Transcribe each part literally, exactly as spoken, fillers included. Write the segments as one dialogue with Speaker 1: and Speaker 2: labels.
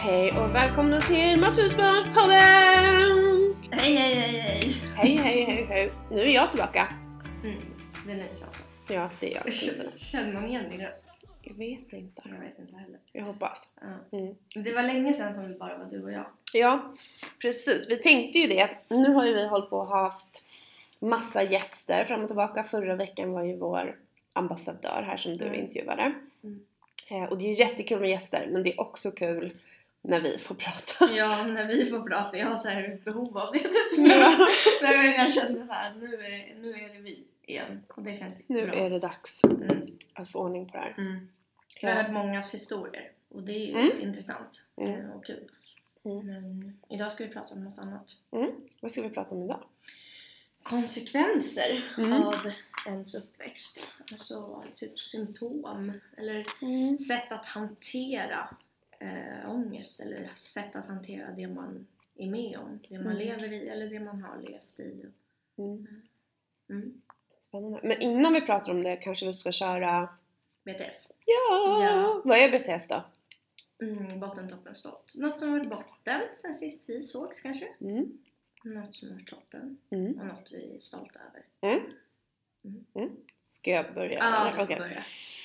Speaker 1: hej och välkomna till Masshusbarnspodden!
Speaker 2: Hej, hej, hej, hej!
Speaker 1: Hej, hej, hej, hej! Nu är jag tillbaka.
Speaker 2: Mm, det är nice alltså.
Speaker 1: Ja, det är jag.
Speaker 2: Känner man igen din röst?
Speaker 1: Jag vet inte.
Speaker 2: Jag vet inte heller.
Speaker 1: Jag hoppas.
Speaker 2: Ja.
Speaker 1: Mm.
Speaker 2: Det var länge sedan som det bara var du och jag.
Speaker 1: Ja, precis. Vi tänkte ju det. Nu har ju vi hållit på och haft massa gäster fram och tillbaka. Förra veckan var ju vår ambassadör här som du
Speaker 2: Mm.
Speaker 1: intervjuade.
Speaker 2: Mm.
Speaker 1: Eh, och det är ju jättekul med gäster, men det är också kul när vi får prata.
Speaker 2: Ja, när vi får prata. Jag har så här behov av det typ.
Speaker 1: Ja.
Speaker 2: När jag kände så här, nu är, nu är det vi igen. Och det känns
Speaker 1: Nu
Speaker 2: bra.
Speaker 1: är det dags
Speaker 2: Mm.
Speaker 1: att få ordning på det här.
Speaker 2: Mm. Jag har hört mångas historier. Och det är ju
Speaker 1: Mm.
Speaker 2: intressant.
Speaker 1: Mm.
Speaker 2: Och kul.
Speaker 1: Mm.
Speaker 2: Men idag ska vi prata om något annat.
Speaker 1: Mm. Vad ska vi prata om idag?
Speaker 2: Konsekvenser
Speaker 1: Mm.
Speaker 2: av ens uppväxt. Alltså typ symptom. Eller
Speaker 1: Mm.
Speaker 2: sätt att hantera äh, ångest. Eller sätt att hantera det man är med om. Det man
Speaker 1: Mm.
Speaker 2: lever i eller det man har levt i.
Speaker 1: Mm.
Speaker 2: Mm.
Speaker 1: Spännande. Men innan vi pratar om det kanske vi ska köra...
Speaker 2: B T S.
Speaker 1: Ja!
Speaker 2: Ja.
Speaker 1: Vad är B T S då?
Speaker 2: Mm, botten, toppen, stolt. Något som varit botten sen sist vi sågs kanske.
Speaker 1: Mm.
Speaker 2: Något som varit toppen.
Speaker 1: Mm.
Speaker 2: Och något vi är stolta över.
Speaker 1: Mm.
Speaker 2: Mm.
Speaker 1: Mm. Ska jag börja?
Speaker 2: Ja,
Speaker 1: eller?
Speaker 2: du får
Speaker 1: Okej.
Speaker 2: börja.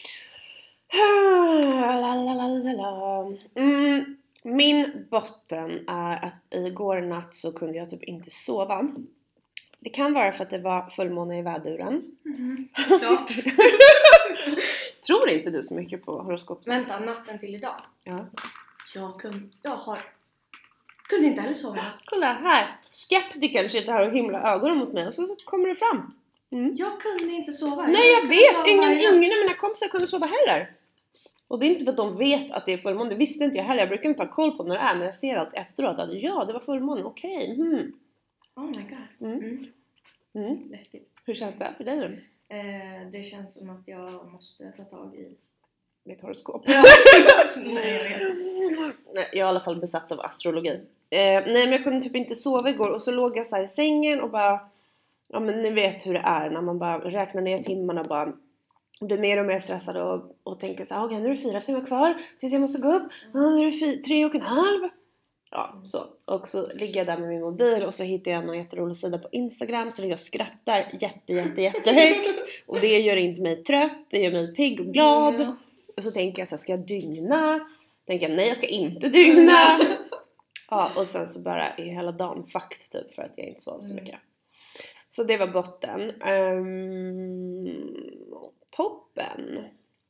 Speaker 1: La, la, la, la, la. Mm. Min botten är att igår natt så kunde jag typ inte sova. Det kan vara för att det var fullmåne i väduren.
Speaker 2: Mm. Klart.
Speaker 1: Tror inte du så mycket på horoskop?
Speaker 2: Vänta, natten till idag.
Speaker 1: Ja.
Speaker 2: Jag kunde, jag har, kunde inte heller sova.
Speaker 1: Kolla här. Skeptikern sitter här och himlar ögonen mot mig och så, så kommer det fram. Mm.
Speaker 2: Jag kunde inte sova.
Speaker 1: Nej, jag
Speaker 2: kunde
Speaker 1: vet.
Speaker 2: sova
Speaker 1: Ingen,
Speaker 2: varje natt.
Speaker 1: ingen av mina kompisar kunde sova heller. Och det är inte för att de vet att det är fullmåne. Det visste inte jag heller. Jag brukar inte ha koll på när det är. Men jag ser allt efteråt. Att ja, det var fullmåne. Okej. Okay. Mm.
Speaker 2: Oh my god.
Speaker 1: Mm.
Speaker 2: Mm.
Speaker 1: Mm.
Speaker 2: Läskigt.
Speaker 1: Hur känns det för dig nu?
Speaker 2: Eh, det känns som att jag måste ta tag i...
Speaker 1: Mitt horoskop.
Speaker 2: Ja. Nej, jag vet.
Speaker 1: Nej, jag är i alla fall besatt av astrologi. Eh, nej, men jag kunde typ inte sova igår. Och så låg jag så här i sängen och bara... Ja, men ni vet hur det är. När man bara räknar ner timmarna och bara... blir mer och mer stressad och, och tänker så här, okej, nu är det fyra timmar kvar tills jag måste gå upp. Ja, nu är det fy, tre och en halv. Ja, så. Och så ligger jag där med min mobil och så hittar jag någon jätterolig sida på Instagram. Så jag skrattar jätte, jätte, jättehögt. Och det gör inte mig trött, det gör mig pigg och glad.
Speaker 2: Ja.
Speaker 1: Och så tänker jag så här, ska jag dygna? Tänker jag, nej jag ska inte dygna. Ja, och sen så bara är hela dagen fakt typ för att jag inte sov så mycket. Så det var botten. Um, toppen.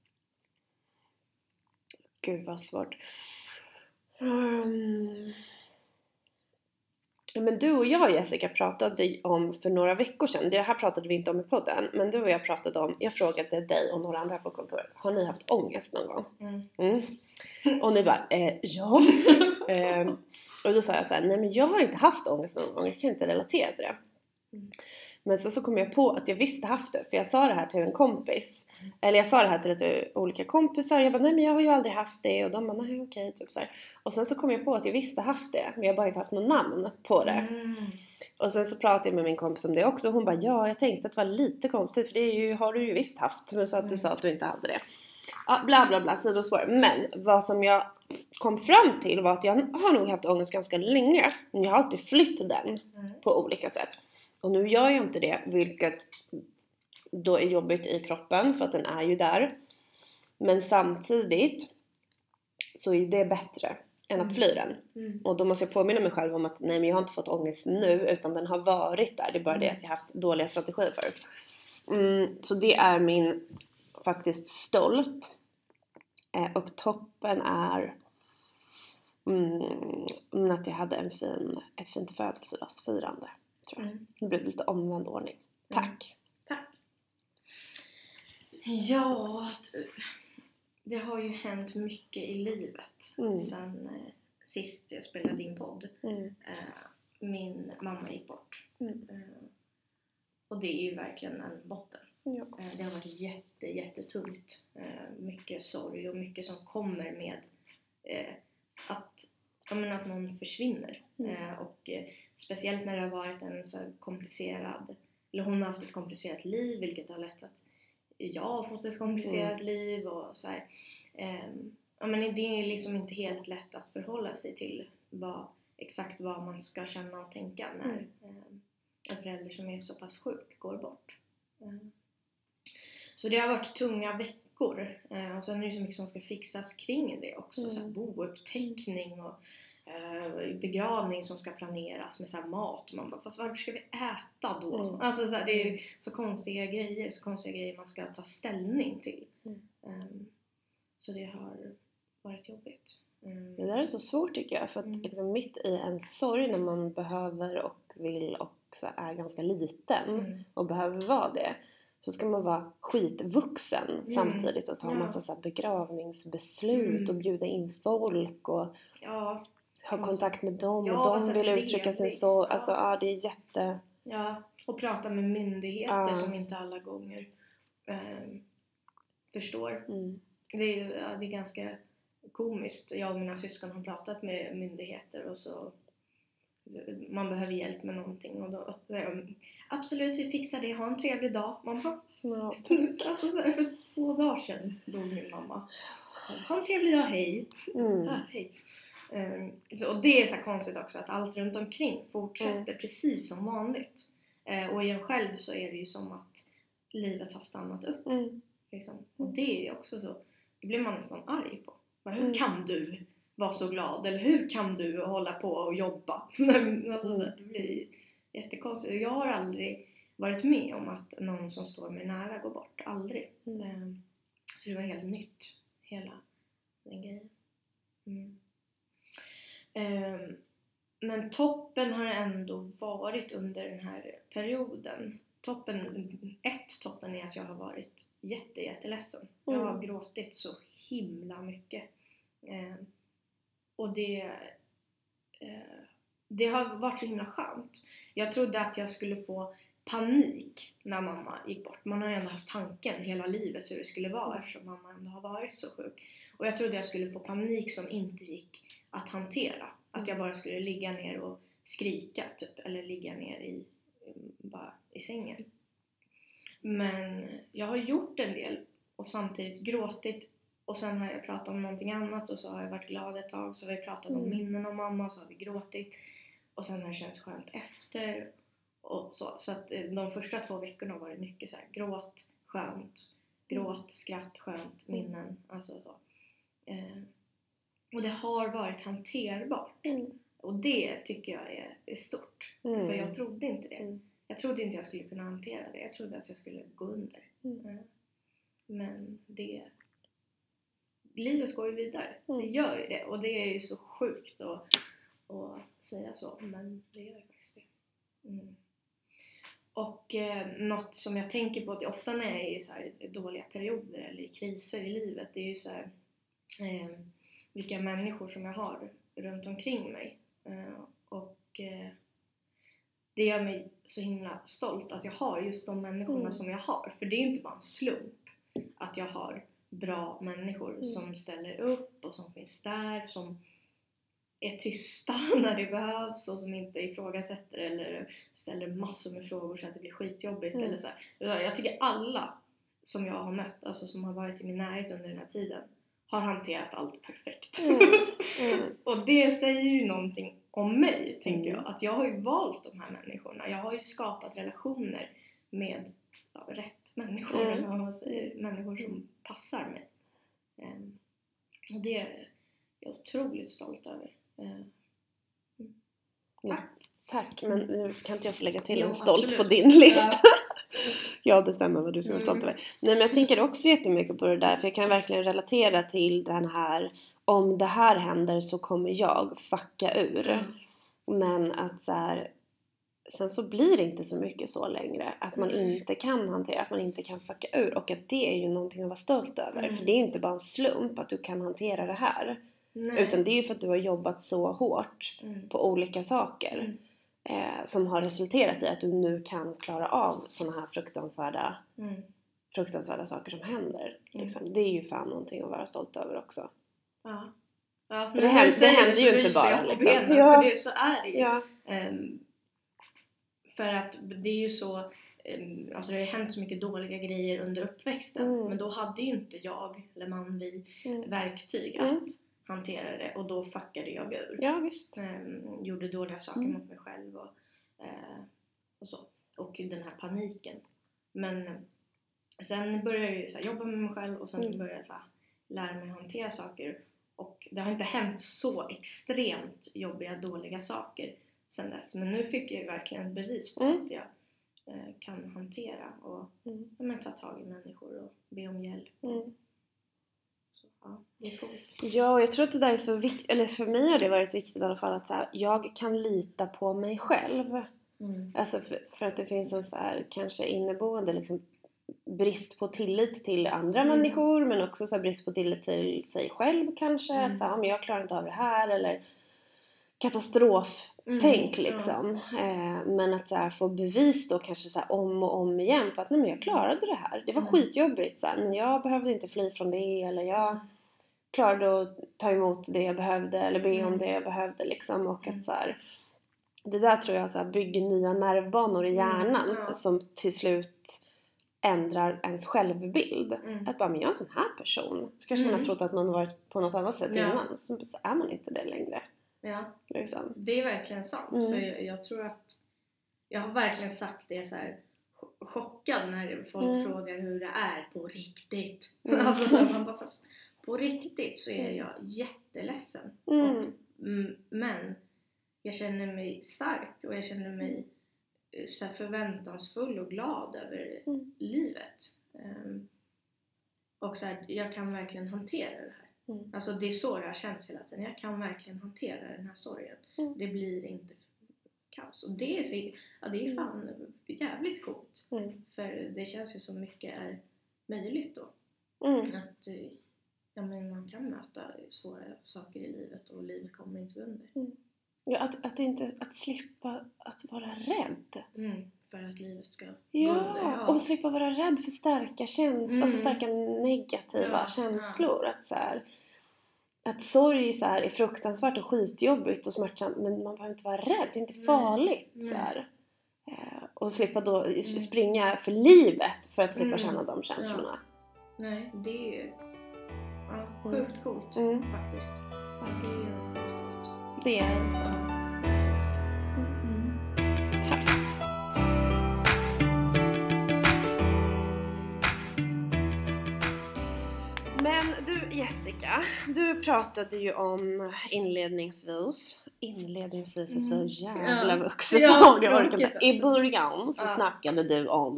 Speaker 1: Gud vad svårt. Um, men du och jag, Jessica, pratade om för några veckor sedan. Det här pratade vi inte om i podden. Men du och jag pratade om, jag frågade dig och några andra på kontoret. Har ni haft ångest någon gång?
Speaker 2: Mm.
Speaker 1: Mm. Och ni bara, eh, ja. um, och då sa jag så här, nej men jag har inte haft ångest någon gång. Jag kan inte relatera till det.
Speaker 2: Mm.
Speaker 1: Men sen så kom jag på att jag visste haft det. För jag sa det här till en kompis. Mm. Eller jag sa det här till lite olika kompisar. Jag bara, nej men jag har ju aldrig haft det. Och de bara, nej okej, typ så här. Och sen så kom jag på att jag visste haft det. Men jag bara inte haft något namn på det. Mm. Och sen så pratade jag med min kompis om det också. Och hon bara, ja jag tänkte att det var lite konstigt. För det är ju, har du ju visst haft. Men så att du mm. sa att du inte hade det. Ja, bla bla bla, sidospår. Men vad som jag kom fram till var att jag har nog haft ångest ganska länge. Men jag har alltid flytt den mm. på olika sätt. Och nu gör jag inte det, vilket då är jobbigt i kroppen för att den är ju där. Men samtidigt så är det bättre än att fly den. Mm. Och då måste jag påminna mig själv om att nej men jag har inte fått ångest nu utan den har varit där. Det är bara det att jag har haft dåliga strategier förut. Mm, så det är min faktiskt stolt. Eh, och toppen är mm, att jag hade en fin, ett fint födelsedagsfirande. Tror jag. Mm. Det blev lite omvänd ordning. Tack. Mm.
Speaker 2: Tack. Ja, du. Det har ju hänt mycket i livet mm. sen eh, sist jag spelade in podd. Mm. Eh, min mamma gick bort. Mm. Eh, och det är ju verkligen en botten. Ja. Eh, det har varit jätte, jättetungt. Eh, mycket sorg och mycket som kommer med eh, att, jag menar, att någon försvinner. Mm. Eh, och eh, speciellt när det har varit en så komplicerad, eller hon har haft ett komplicerat liv, vilket har lett att jag har fått ett komplicerat mm. liv och så här. Eh, ja, men det är liksom inte helt lätt att förhålla sig till vad, exakt vad man ska känna och tänka när mm. en förälder som är så pass sjuk går bort. Så det har varit tunga veckor. Och sen är det så mycket som ska fixas kring det också. Mm. Så här, bouppteckning och eh, begravning som ska planeras med så här mat. Man bara, fast varför ska vi äta då? Mm. Alltså så här, det är så konstiga grejer. Så konstiga grejer man ska ta ställning till. Mm. Um, så det har varit jobbigt. Mm.
Speaker 1: Det där är så svårt tycker jag. För att mm. liksom, mitt i en sorg när man behöver och vill och så är ganska liten. Mm. Och behöver vara det. Så ska man vara skitvuxen mm. samtidigt och ta en massa så här begravningsbeslut mm. och bjuda in folk och
Speaker 2: ja,
Speaker 1: ha kontakt med dem ja, och de vill uttrycka sin sorg. Alltså ja. ja, det är jätte...
Speaker 2: Ja, och prata med myndigheter ja. som inte alla gånger eh, förstår. Mm. Det, är, ja, det är ganska komiskt. Jag och mina syskon har pratat med myndigheter och så man behöver hjälp med någonting och då säger de absolut, vi fixar det, ha en trevlig dag. Mamma, ja. alltså så här, för två dagar sedan dog min mamma. Så, ha en trevlig dag, hej. Mm. Ah, hej. Um, så, och det är så här konstigt också att allt runt omkring fortsätter mm. precis som vanligt. Uh, och i en själv så är det ju som att livet har stannat upp. Mm. Liksom. Och det är också så, det blir man nästan arg på. Men hur mm. kan du vara så glad? Eller hur kan du hålla på och jobba? alltså, så här, det blir jättekonstigt. Jag har aldrig varit med om att någon som står mig nära går bort. Aldrig. Mm. Så det var helt nytt. Hela den grejen. Mm. Um, men toppen har ändå varit under den här perioden. Toppen, ett toppen är att jag har varit jätte, jätteledsen. Jag har mm. gråtit så himla mycket. Um, Och det, eh, det har varit så himla skönt. Jag trodde att jag skulle få panik när mamma gick bort. Man har ju ändå haft tanken hela livet hur det skulle vara eftersom mamma ändå har varit så sjuk. Och jag trodde jag skulle få panik som inte gick att hantera. Att jag bara skulle ligga ner och skrika typ. Eller ligga ner i, bara i sängen. Men jag har gjort en del och samtidigt gråtit. Och sen har jag pratat om någonting annat och så har jag varit glad ett tag. Så har vi pratat om mm. minnen om mamma och så har vi gråtit. Och sen har det känts skönt efter. Och så så att de första två veckorna var det mycket så här gråt, skönt. Gråt, mm. skratt, skönt, minnen. Mm. Alltså så. Eh, och det har varit hanterbart. Mm. Och det tycker jag är, är stort. Mm. För jag trodde inte det. Mm. Jag trodde inte jag skulle kunna hantera det. Jag trodde att jag skulle gå under. Mm. Eh, men det... Livet går ju vidare. Mm. Det gör ju det. Och det är ju så sjukt att, att säga så. Men det gör ju faktiskt det. Mm. Och eh, något som jag tänker på det ofta när jag är i så här dåliga perioder eller i kriser i livet. Det är ju så här eh, vilka människor som jag har runt omkring mig. Eh, och eh, det gör mig så himla stolt att jag har just de människorna mm. som jag har. För det är inte bara en slump att jag har bra människor mm. som ställer upp och som finns där, som är tysta när det behövs och som inte ifrågasätter eller ställer massor med frågor så att det blir skitjobbigt mm. eller så här. Jag tycker alla som jag har mött, alltså som har varit i min närhet under den här tiden, har hanterat allt perfekt. Mm. Mm. Och det säger ju någonting om mig, tänker mm. jag. Att jag har ju valt de här människorna. Jag har ju skapat relationer med ja, rätt människor, mm. eller vad man säger, människor som passar mig. Um, och det är jag otroligt stolt över. Uh, mm. Tack.
Speaker 1: Tack, men nu kan inte jag få lägga till
Speaker 2: jo,
Speaker 1: en stolt
Speaker 2: absolut.
Speaker 1: på din lista. Ja. Jag bestämmer vad du ska vara stolt över. Nej, men jag tänker också jättemycket på det där, för jag kan verkligen relatera till den här, om det här händer så kommer jag fucka ur. Mm. Men att så här, sen så blir det inte så mycket så längre. Att man mm. inte kan hantera, att man inte kan fucka ur. Och att det är ju någonting att vara stolt över. Mm. För det är inte bara en slump att du kan hantera det här. Nej. Utan det är ju för att du har jobbat så hårt mm. på olika saker. Mm. Eh, som har resulterat i att du nu kan klara av såna här fruktansvärda, mm. fruktansvärda saker som händer. Mm. Liksom. Det är ju fan någonting att vara stolt över också.
Speaker 2: Ja. Ja,
Speaker 1: för det händer, det händer ju inte bara. Liksom.
Speaker 2: Benen, ja. För det, så är det ju. Ja. Um, för att det är ju så, Alltså det har ju hänt så mycket dåliga grejer under uppväxten. Mm. Men då hade ju inte jag, eller man, vi, mm. verktyg att mm. hantera det. Och då fuckade jag ur.
Speaker 1: Ja, visst.
Speaker 2: Um, gjorde dåliga saker mm. mot mig själv och, uh, och så. Och den här paniken. Men sen började jag ju så här, jobba med mig själv. Och sen mm. började jag så här, lära mig hantera saker. Och det har inte hänt så extremt jobbiga, dåliga saker sen dess. Men nu fick jag ju verkligen bevis på mm. att jag eh, kan hantera och mm. men, ta tag i människor och be om hjälp.
Speaker 1: Mm.
Speaker 2: Så, ja, det är coolt.
Speaker 1: Ja, och jag tror att det där är så viktigt, eller för mig har det varit viktigt i alla fall, att så här, jag kan lita på mig själv.
Speaker 2: Mm.
Speaker 1: Alltså för, för att det finns en så här, kanske inneboende liksom, brist på tillit till andra mm. människor, men också så här, brist på tillit till sig själv kanske. Mm. Att så här, men jag klarar inte av det här, eller katastroftänk mm. liksom. Ja. Eh, men att så här, få bevis då kanske så här, om och om igen på att nej, men jag klarade det här. Det var mm. skitjobbigt så här, men jag behövde inte fly från det, eller jag klarade att ta emot det jag behövde, eller be mm. om det jag behövde liksom. Och mm. att så här, det där tror jag så här, bygger nya nervbanor i hjärnan mm. ja. Som till slut ändrar ens självbild. Mm. Att bara, men jag är en sån här person. Så kanske mm. man har trott att man varit på något annat sätt ja. Innan. Så är man inte det längre.
Speaker 2: Ja.
Speaker 1: Liksom.
Speaker 2: Det är verkligen sant. Mm. För jag, jag tror att jag har verkligen sagt det så här chockad när folk mm. frågar hur det är på riktigt. Mm. Alltså så man bara, fast på riktigt så är jag jätteledsen.
Speaker 1: Mm.
Speaker 2: Och, mm, men jag känner mig stark och jag känner mig så här förväntansfull och glad över mm. livet. Um, och så här, jag kan verkligen hantera det här. Mm. Alltså det är så det har känts hela tiden. Jag kan verkligen hantera den här sorgen. Mm. Det blir inte kaos. Och det är, så, ja, det är fan jävligt coolt.
Speaker 1: Mm.
Speaker 2: För det känns ju som mycket är möjligt då.
Speaker 1: Mm.
Speaker 2: Att ja, men man kan möta svåra saker i livet och livet kommer inte under.
Speaker 1: Mm. Ja, att, att, inte, att slippa att vara rädd.
Speaker 2: Mm, för att livet ska
Speaker 1: ja,
Speaker 2: gå under. Ja,
Speaker 1: och slippa vara rädd för starka känslor. Mm. Alltså starka negativa
Speaker 2: ja,
Speaker 1: känslor.
Speaker 2: Ja.
Speaker 1: Att, så här, att sorg så här, är fruktansvärt och skitjobbigt och smärtsamt. Men man behöver inte vara rädd. Det är inte farligt.
Speaker 2: Mm.
Speaker 1: Så här. Och slippa då mm. springa för livet för att slippa mm. känna de känslorna.
Speaker 2: Ja. Nej, det är ju ja, sjukt coolt
Speaker 1: mm.
Speaker 2: faktiskt. Ja, det är ju stort.
Speaker 1: Det är en stund. Mm. Tack. Men du Jessica, du pratade ju om inledningsvis. Inledningsvis är så
Speaker 2: mm.
Speaker 1: jävla
Speaker 2: ja.
Speaker 1: vuxet.
Speaker 2: Ja,
Speaker 1: jag orkar inte. I början så ja. snackade du om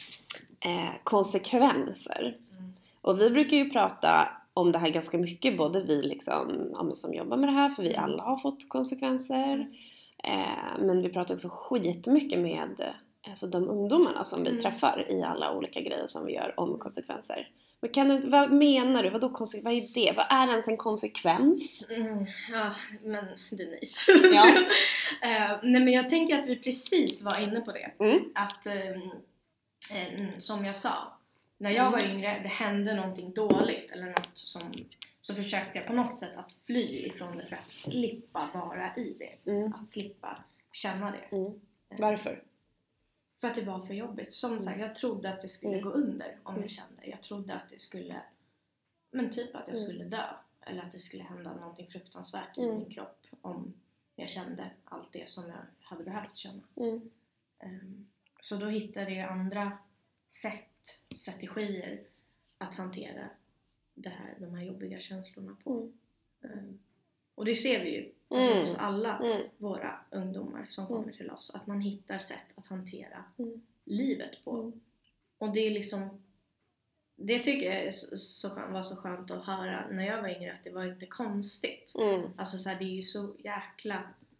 Speaker 1: eh, konsekvenser.
Speaker 2: Mm.
Speaker 1: Och vi brukar ju prata om det här ganska mycket, både vi liksom, ja, som jobbar med det här, för vi alla har fått konsekvenser. Mm. Eh, men vi pratar också skitmycket med alltså, de ungdomarna som vi mm. träffar i alla olika grejer som vi gör om konsekvenser. Men kan du, vad menar du? Vad, då, vad är det? Vad är ens en konsekvens?
Speaker 2: Mm, ja, men Denise. Ja. uh, nej, men jag tänker att vi precis var inne på det.
Speaker 1: Mm.
Speaker 2: Att, um, um, som jag sa, när jag var yngre, det hände någonting dåligt eller något som, så försökte jag på något sätt att fly ifrån det för att slippa vara i det.
Speaker 1: Mm.
Speaker 2: Att slippa känna det.
Speaker 1: Mm. Varför?
Speaker 2: För att det var för jobbigt. Som sagt, jag trodde att det skulle
Speaker 1: mm.
Speaker 2: gå under om
Speaker 1: mm.
Speaker 2: jag kände. Jag trodde att det skulle, men typ att jag mm. skulle dö. Eller att det skulle hända någonting fruktansvärt
Speaker 1: mm.
Speaker 2: i min kropp om jag kände allt det som jag hade behövt känna.
Speaker 1: Mm.
Speaker 2: Um, så då hittade jag andra sätt, strategier att hantera det här, de här jobbiga känslorna på.
Speaker 1: Mm.
Speaker 2: Um, och det ser vi ju alltså
Speaker 1: mm.
Speaker 2: hos alla
Speaker 1: mm.
Speaker 2: våra ungdomar som kommer
Speaker 1: mm.
Speaker 2: till oss. Att man hittar sätt att hantera
Speaker 1: mm.
Speaker 2: livet på.
Speaker 1: Mm.
Speaker 2: Och det är liksom, det tycker jag är så, så, var så skönt att höra när jag var yngre, att det var inte konstigt.
Speaker 1: Mm.
Speaker 2: Alltså så här, det är ju så jäkla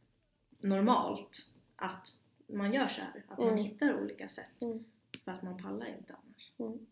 Speaker 2: normalt att man gör så här. Att
Speaker 1: mm.
Speaker 2: man hittar olika sätt.
Speaker 1: Mm.
Speaker 2: För att man pallar inte annars.
Speaker 1: Mm.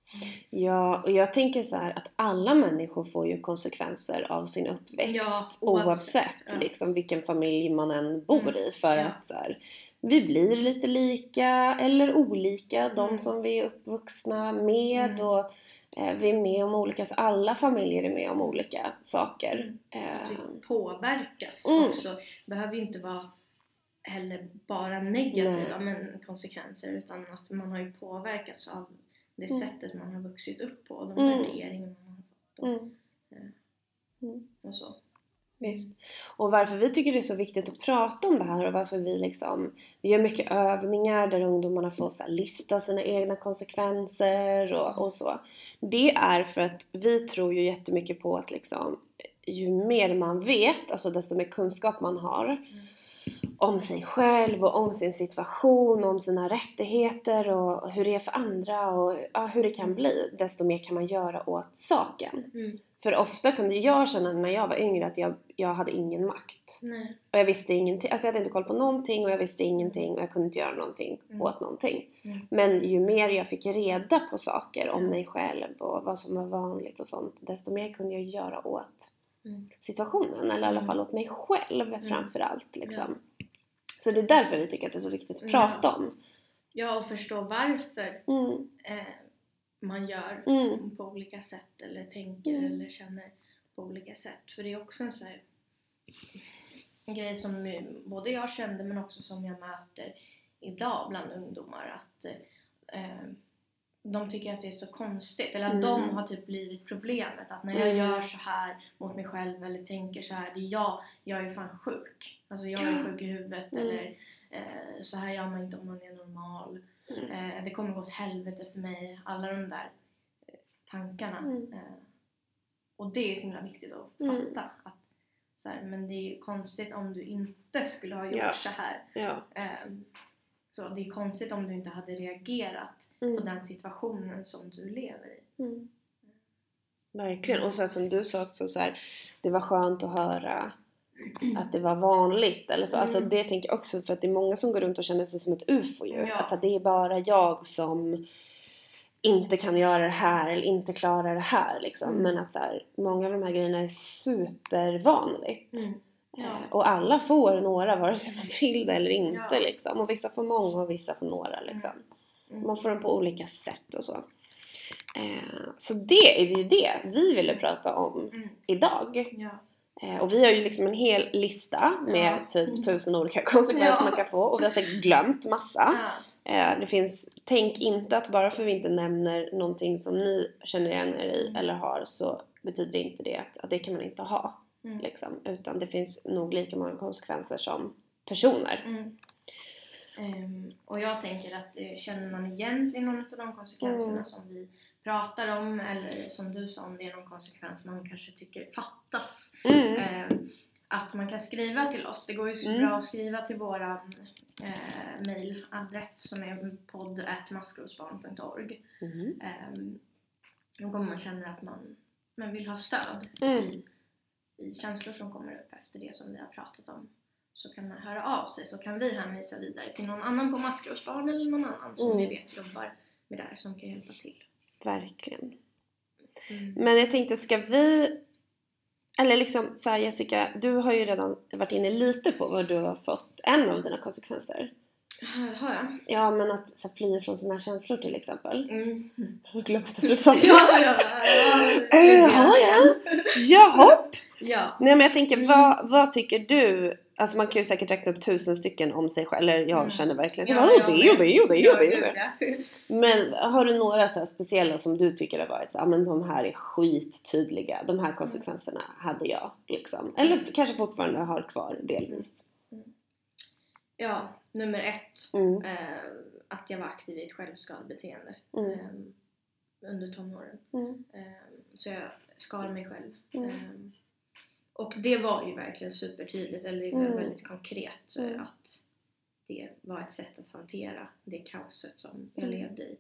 Speaker 1: Ja, och jag tänker så här att alla människor får ju konsekvenser av sin uppväxt.
Speaker 2: Ja,
Speaker 1: oavsett
Speaker 2: oavsett ja.
Speaker 1: liksom, vilken familj man än bor
Speaker 2: mm.
Speaker 1: i. För
Speaker 2: ja.
Speaker 1: att så här, vi blir lite lika eller olika. Mm. De som vi är uppvuxna med.
Speaker 2: Mm. Och
Speaker 1: eh, vi är med om olika, så alla familjer är med om olika saker.
Speaker 2: Mm.
Speaker 1: Eh.
Speaker 2: Typ påverkas
Speaker 1: mm.
Speaker 2: också. Behöver ju inte vara heller bara negativa men konsekvenser, utan att man har ju påverkats av det mm. sättet man har vuxit upp på, de mm. värderingar man har fått och, mm.
Speaker 1: Mm.
Speaker 2: och så.
Speaker 1: Visst. Och varför vi tycker det är så viktigt att prata om det här och varför vi liksom vi gör mycket övningar där ungdomarna får så här lista sina egna konsekvenser och, och så. Det är för att vi tror ju jättemycket på att liksom ju mer man vet, alltså desto mer kunskap man har mm. om sig själv och om sin situation, om sina rättigheter och hur det är för andra och ja, hur det kan bli, desto mer kan man göra åt saken. Mm. För ofta kunde jag känna när jag var yngre att jag, jag hade ingen makt.
Speaker 2: Nej.
Speaker 1: Och jag visste ingenting, alltså jag hade inte koll på någonting och jag visste ingenting och jag kunde inte göra någonting mm. åt någonting. Mm. Men ju mer jag fick reda på saker om mig själv och vad som var vanligt och sånt, desto mer kunde jag göra åt mm. situationen, eller i alla fall åt mig själv mm. framförallt liksom. Ja. Så det är därför vi tycker att det är så viktigt att prata
Speaker 2: ja.
Speaker 1: om.
Speaker 2: Ja, och förstå varför
Speaker 1: mm.
Speaker 2: eh, man gör
Speaker 1: mm.
Speaker 2: på olika sätt eller tänker mm. eller känner på olika sätt. För det är också en sån här en grej som både jag kände men också som jag möter idag bland ungdomar, att eh, de tycker att det är så konstigt, eller att mm. de har typ blivit problemet, att när jag mm. gör så här mot mig själv eller tänker så här, det är jag, jag är fan sjuk, alltså jag är sjuk i huvudet mm. eller eh, så här gör man inte om man är normal mm. eh, det kommer gå åt helvete för mig, alla de där eh, tankarna mm. eh, och det är så himla viktigt att fatta mm. att så här, men det är ju konstigt om du inte skulle ha gjort
Speaker 1: ja.
Speaker 2: så här
Speaker 1: ja.
Speaker 2: eh, så det är konstigt om du inte hade reagerat
Speaker 1: mm.
Speaker 2: på den situationen som du lever i.
Speaker 1: Mm. Verkligen. Och så här, som du sa också så här, det var skönt att höra att det var vanligt eller så. Mm. Alltså det tänker jag också, för att det är många som går runt och känner sig som ett U F O ju.
Speaker 2: Ja.
Speaker 1: Att så här, det är bara jag som inte kan göra det här eller inte klarar det här liksom. Mm. Men att så här, många av de här grejerna är supervanligt.
Speaker 2: Mm. Ja.
Speaker 1: Och alla får några, vare sig man vill det eller inte ja. liksom. Och vissa får många och vissa får några liksom. Mm. Man får dem på olika sätt och så. Eh, så det är ju det vi ville prata om mm. idag.
Speaker 2: Ja.
Speaker 1: Eh, och vi har ju liksom en hel lista med ja. typ tusen olika konsekvenser ja. man kan få. Och vi har säkert glömt massa.
Speaker 2: Ja.
Speaker 1: Eh, det finns, tänk inte att bara för vi inte nämner någonting som ni känner igen er i mm. eller har, så betyder inte det att, att det kan man inte ha. Mm. Liksom, utan det finns nog lika många konsekvenser som personer.
Speaker 2: Mm. Um, och jag tänker att eh, känner man igen sig i någon av de konsekvenserna mm. som vi pratar om, eller som du sa, om det är någon konsekvens man kanske tycker fattas,
Speaker 1: mm.
Speaker 2: um, att man kan skriva till oss. Det går ju så mm. bra att skriva till våran eh, mailadress som är podd at maskrosbarn punkt org.
Speaker 1: Mm.
Speaker 2: Um, och om man känner att man, man vill ha stöd
Speaker 1: mm.
Speaker 2: i i känslor som kommer upp efter det som vi har pratat om, så kan man höra av sig, så kan vi hänvisa vidare till någon annan på Maskrosbarn eller någon annan som mm. vi vet jobbar med det här, som kan hjälpa till.
Speaker 1: Verkligen.
Speaker 2: Mm.
Speaker 1: Men jag tänkte, ska vi, eller liksom så här, Jessica, du har ju redan varit inne lite på vad du har fått en av dina konsekvenser.
Speaker 2: Har jag?
Speaker 1: Ja, men att så här, fly från sina känslor till exempel.
Speaker 2: Mm.
Speaker 1: Jag har glömt att du sa det.
Speaker 2: ja, ja, ja.
Speaker 1: Ja, ja. Ja, hopp.
Speaker 2: Ja.
Speaker 1: Nej, men jag tänker, mm. vad, vad tycker du? Alltså man kan ju säkert räkna upp tusen stycken om sig själv. Eller jag mm. känner verkligen,
Speaker 2: ja,
Speaker 1: oh,
Speaker 2: ja,
Speaker 1: det och det och det och det.
Speaker 2: Ja,
Speaker 1: det. Men har du några så här speciella som du tycker har varit så här, men de här är skittydliga. De här konsekvenserna mm. hade jag liksom. Eller mm. kanske fortfarande har kvar delvis.
Speaker 2: Mm. Ja, nummer ett.
Speaker 1: Mm.
Speaker 2: Eh, att jag var aktiv i ett självskadebeteende.
Speaker 1: Mm.
Speaker 2: Eh, under tonåren.
Speaker 1: Mm.
Speaker 2: Eh, så jag skar mig själv.
Speaker 1: Mm.
Speaker 2: Eh, och det var ju verkligen supertydligt, eller det var
Speaker 1: mm.
Speaker 2: väldigt konkret
Speaker 1: mm.
Speaker 2: att det var ett sätt att hantera det kaoset som jag
Speaker 1: mm.
Speaker 2: levde i.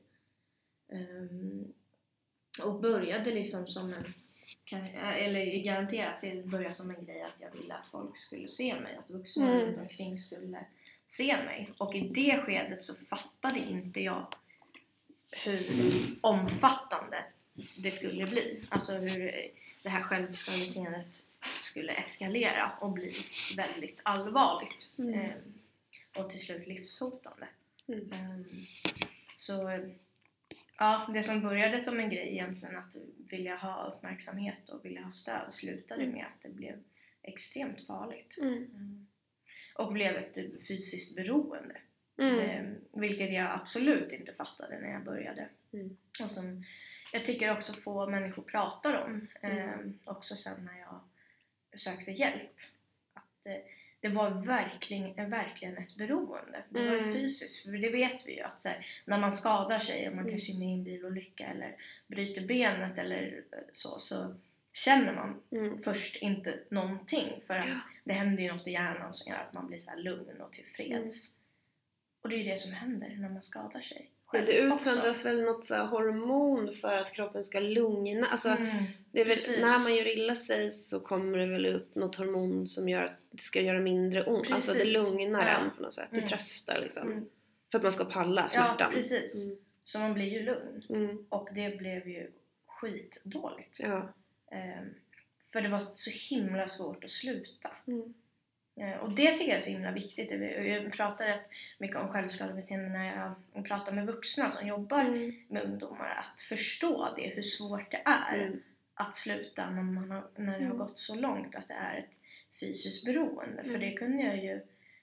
Speaker 2: Um, och började liksom som en, kan, eller garanterat det började som en grej att jag ville att folk skulle se mig, att vuxna
Speaker 1: mm.
Speaker 2: runt omkring skulle se mig. Och i det skedet så fattade inte jag hur omfattande det skulle bli. Alltså hur det här självskadebeteendet skulle eskalera och bli väldigt allvarligt.
Speaker 1: Mm.
Speaker 2: Eh, och till slut livshotande.
Speaker 1: Mm.
Speaker 2: Eh, så ja, det som började som en grej egentligen, att vilja ha uppmärksamhet och vilja ha stöd, slutade med att det blev extremt farligt.
Speaker 1: Mm.
Speaker 2: Mm. och blev ett fysiskt beroende.
Speaker 1: Mm.
Speaker 2: Eh, vilket jag absolut inte fattade när jag började.
Speaker 1: Mm.
Speaker 2: Och som jag tycker också få människor pratar om. Eh,
Speaker 1: Mm.
Speaker 2: också sen när jag sökte hjälp. Att eh, det var verkligen, verkligen ett beroende. Det var
Speaker 1: Mm.
Speaker 2: fysiskt. För det vet vi ju att så här, när man skadar sig och man
Speaker 1: Mm.
Speaker 2: kanske är med i en bilolycka eller bryter benet eller så, så känner man
Speaker 1: Mm.
Speaker 2: först inte någonting. För att
Speaker 1: Ja.
Speaker 2: det händer ju något i hjärnan som gör att man blir så här lugn och tillfreds.
Speaker 1: Mm.
Speaker 2: Och det är ju det som händer när man skadar sig.
Speaker 1: Ja, det utsöndras väl något så här hormon för att kroppen ska lugna. Alltså,
Speaker 2: Mm,
Speaker 1: det är väl,
Speaker 2: precis.
Speaker 1: när man gör illa sig så kommer det väl upp något hormon som gör att det ska göra mindre ont.
Speaker 2: Precis.
Speaker 1: Alltså det lugnar
Speaker 2: Ja.
Speaker 1: en på något sätt. Det
Speaker 2: Mm.
Speaker 1: tröstar liksom.
Speaker 2: Mm.
Speaker 1: För att man ska palla smärtan.
Speaker 2: Ja, precis.
Speaker 1: Mm.
Speaker 2: Så man blir ju lugn.
Speaker 1: Mm.
Speaker 2: Och det blev ju skitdåligt.
Speaker 1: Ja.
Speaker 2: Ehm, för det var så himla svårt att sluta.
Speaker 1: Mm.
Speaker 2: Ehm, och det tycker jag är så himla viktigt. Jag pratar rätt mycket om självskadebeteende när jag pratar med vuxna som jobbar
Speaker 1: Mm.
Speaker 2: med ungdomar. Att förstå det, hur svårt det är
Speaker 1: Mm.
Speaker 2: att sluta när, man har, när det har
Speaker 1: Mm.
Speaker 2: gått så långt att det är ett fysiskt beroende.
Speaker 1: Mm.
Speaker 2: För det kunde jag ju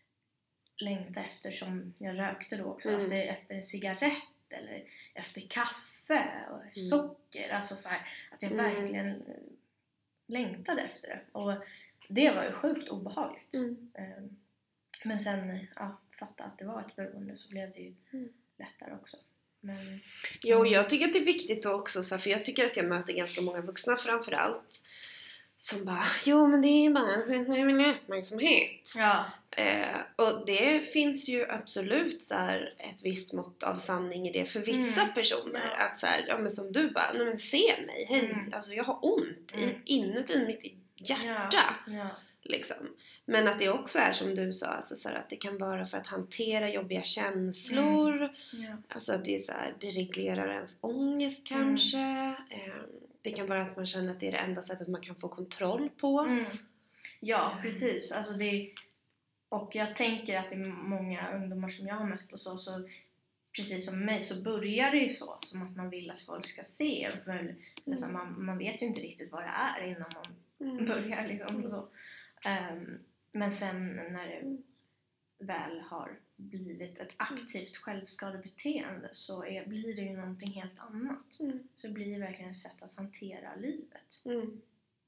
Speaker 2: längta efter som jag rökte då också.
Speaker 1: Mm.
Speaker 2: Efter, efter en cigarett eller efter kaffe och mm. socker. Alltså så här, att jag
Speaker 1: Mm.
Speaker 2: verkligen längtade efter det. Och det var ju sjukt obehagligt.
Speaker 1: Mm.
Speaker 2: Um, men sen ja, fatta att det var ett beroende så blev det ju
Speaker 1: Mm.
Speaker 2: lättare också. Men,
Speaker 1: Jo,
Speaker 2: mm.
Speaker 1: jag tycker att det är viktigt också, så, för jag tycker att jag möter ganska många vuxna framförallt som bara, jo men det är bara en uppmärksamhet.
Speaker 2: Ja.
Speaker 1: Eh, och det finns ju absolut så här, ett visst mått av sanning i det för vissa
Speaker 2: Mm.
Speaker 1: personer.
Speaker 2: Ja.
Speaker 1: Att så här, ja men som du bara, nej men se mig, hej,
Speaker 2: Mm.
Speaker 1: alltså jag har ont
Speaker 2: Mm.
Speaker 1: i, inuti mitt hjärta.
Speaker 2: Ja. Ja.
Speaker 1: Liksom. Men att det också är som du sa, alltså så här, att det kan vara för att hantera jobbiga känslor.
Speaker 2: Mm. Ja.
Speaker 1: Alltså att det är så här, det reglerar ens ångest kanske. Mm. Det kan vara att man känner att det är det enda sättet man kan få kontroll på.
Speaker 2: Mm. Ja, precis. Alltså det, och jag tänker att det är många ungdomar som jag har mött och så, så precis som mig så börjar det ju så. Som att man vill att folk ska se en. För mm. liksom, man, man vet ju inte riktigt vad det är innan man mm. börjar. Liksom, och så. Um, men sen när det väl har blivit ett aktivt självskadebeteende så är, blir det ju någonting helt annat.
Speaker 1: Mm.
Speaker 2: Så det blir verkligen ett sätt att hantera livet.
Speaker 1: Mm.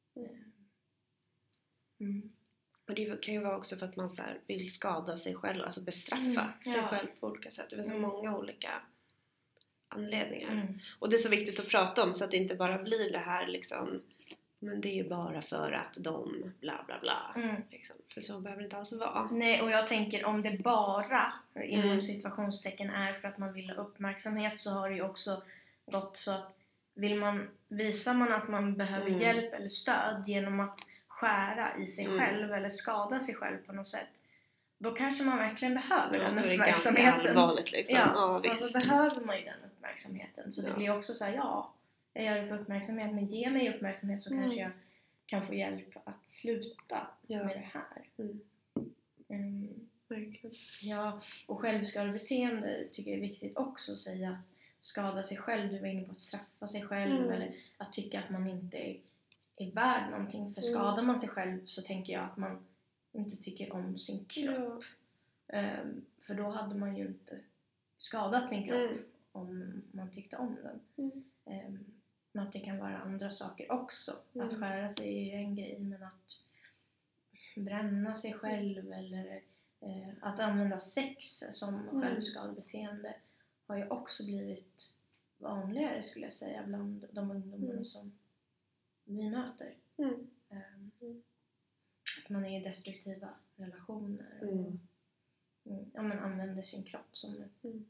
Speaker 2: Mm.
Speaker 1: Och det kan ju vara också för att man så här vill skada sig själv, alltså bestraffa
Speaker 2: mm, ja.
Speaker 1: sig själv på olika sätt. Det finns
Speaker 2: mm.
Speaker 1: så många olika anledningar.
Speaker 2: Mm.
Speaker 1: Och det är så viktigt att prata om så att det inte bara blir det här liksom, men det är ju bara för att de bla bla bla.
Speaker 2: Mm.
Speaker 1: Liksom. För så behöver det inte alls vara.
Speaker 2: Nej, och jag tänker om det bara inom
Speaker 1: Mm.
Speaker 2: situationstecken är för att man vill ha uppmärksamhet så har det ju också gått så att vill man, visar man att man behöver
Speaker 1: Mm.
Speaker 2: hjälp eller stöd genom att skära i sig
Speaker 1: Mm.
Speaker 2: själv eller skada sig själv på något sätt, då kanske man verkligen behöver
Speaker 1: Ja,
Speaker 2: den
Speaker 1: då är det
Speaker 2: uppmärksamheten.
Speaker 1: ganska allvarligt liksom.
Speaker 2: Ja,
Speaker 1: Ja visst.
Speaker 2: alltså behöver man ju den uppmärksamheten. Så
Speaker 1: Ja.
Speaker 2: det blir också så här, ja, jag gör det för uppmärksamhet, men ge mig uppmärksamhet så
Speaker 1: Mm.
Speaker 2: kanske jag kan få hjälp att sluta
Speaker 1: Ja.
Speaker 2: med det här.
Speaker 1: Mm.
Speaker 2: Mm.
Speaker 1: Verkligen.
Speaker 2: Ja, och självskadebeteende tycker jag är viktigt också att säga att skada sig själv, du var inne på att straffa sig själv
Speaker 1: Mm.
Speaker 2: eller att tycka att man inte är, är värd någonting. För skadar man sig själv så tänker jag att man inte tycker om sin kropp.
Speaker 1: Ja.
Speaker 2: Um, för då hade man ju inte skadat sin kropp
Speaker 1: Mm.
Speaker 2: om man tyckte om den.
Speaker 1: Mm.
Speaker 2: Um, men att det kan vara andra saker också.
Speaker 1: Mm.
Speaker 2: Att skära sig är en grej, men att bränna sig själv eller uh, att använda sex som
Speaker 1: Mm.
Speaker 2: självskadebeteende har ju också blivit vanligare skulle jag säga bland de ungdomarna
Speaker 1: Mm.
Speaker 2: som vi möter.
Speaker 1: Mm.
Speaker 2: Um,
Speaker 1: Mm.
Speaker 2: Att man är i destruktiva relationer och
Speaker 1: Mm.
Speaker 2: mm, ja, man använder sin kropp som ett
Speaker 1: Mm.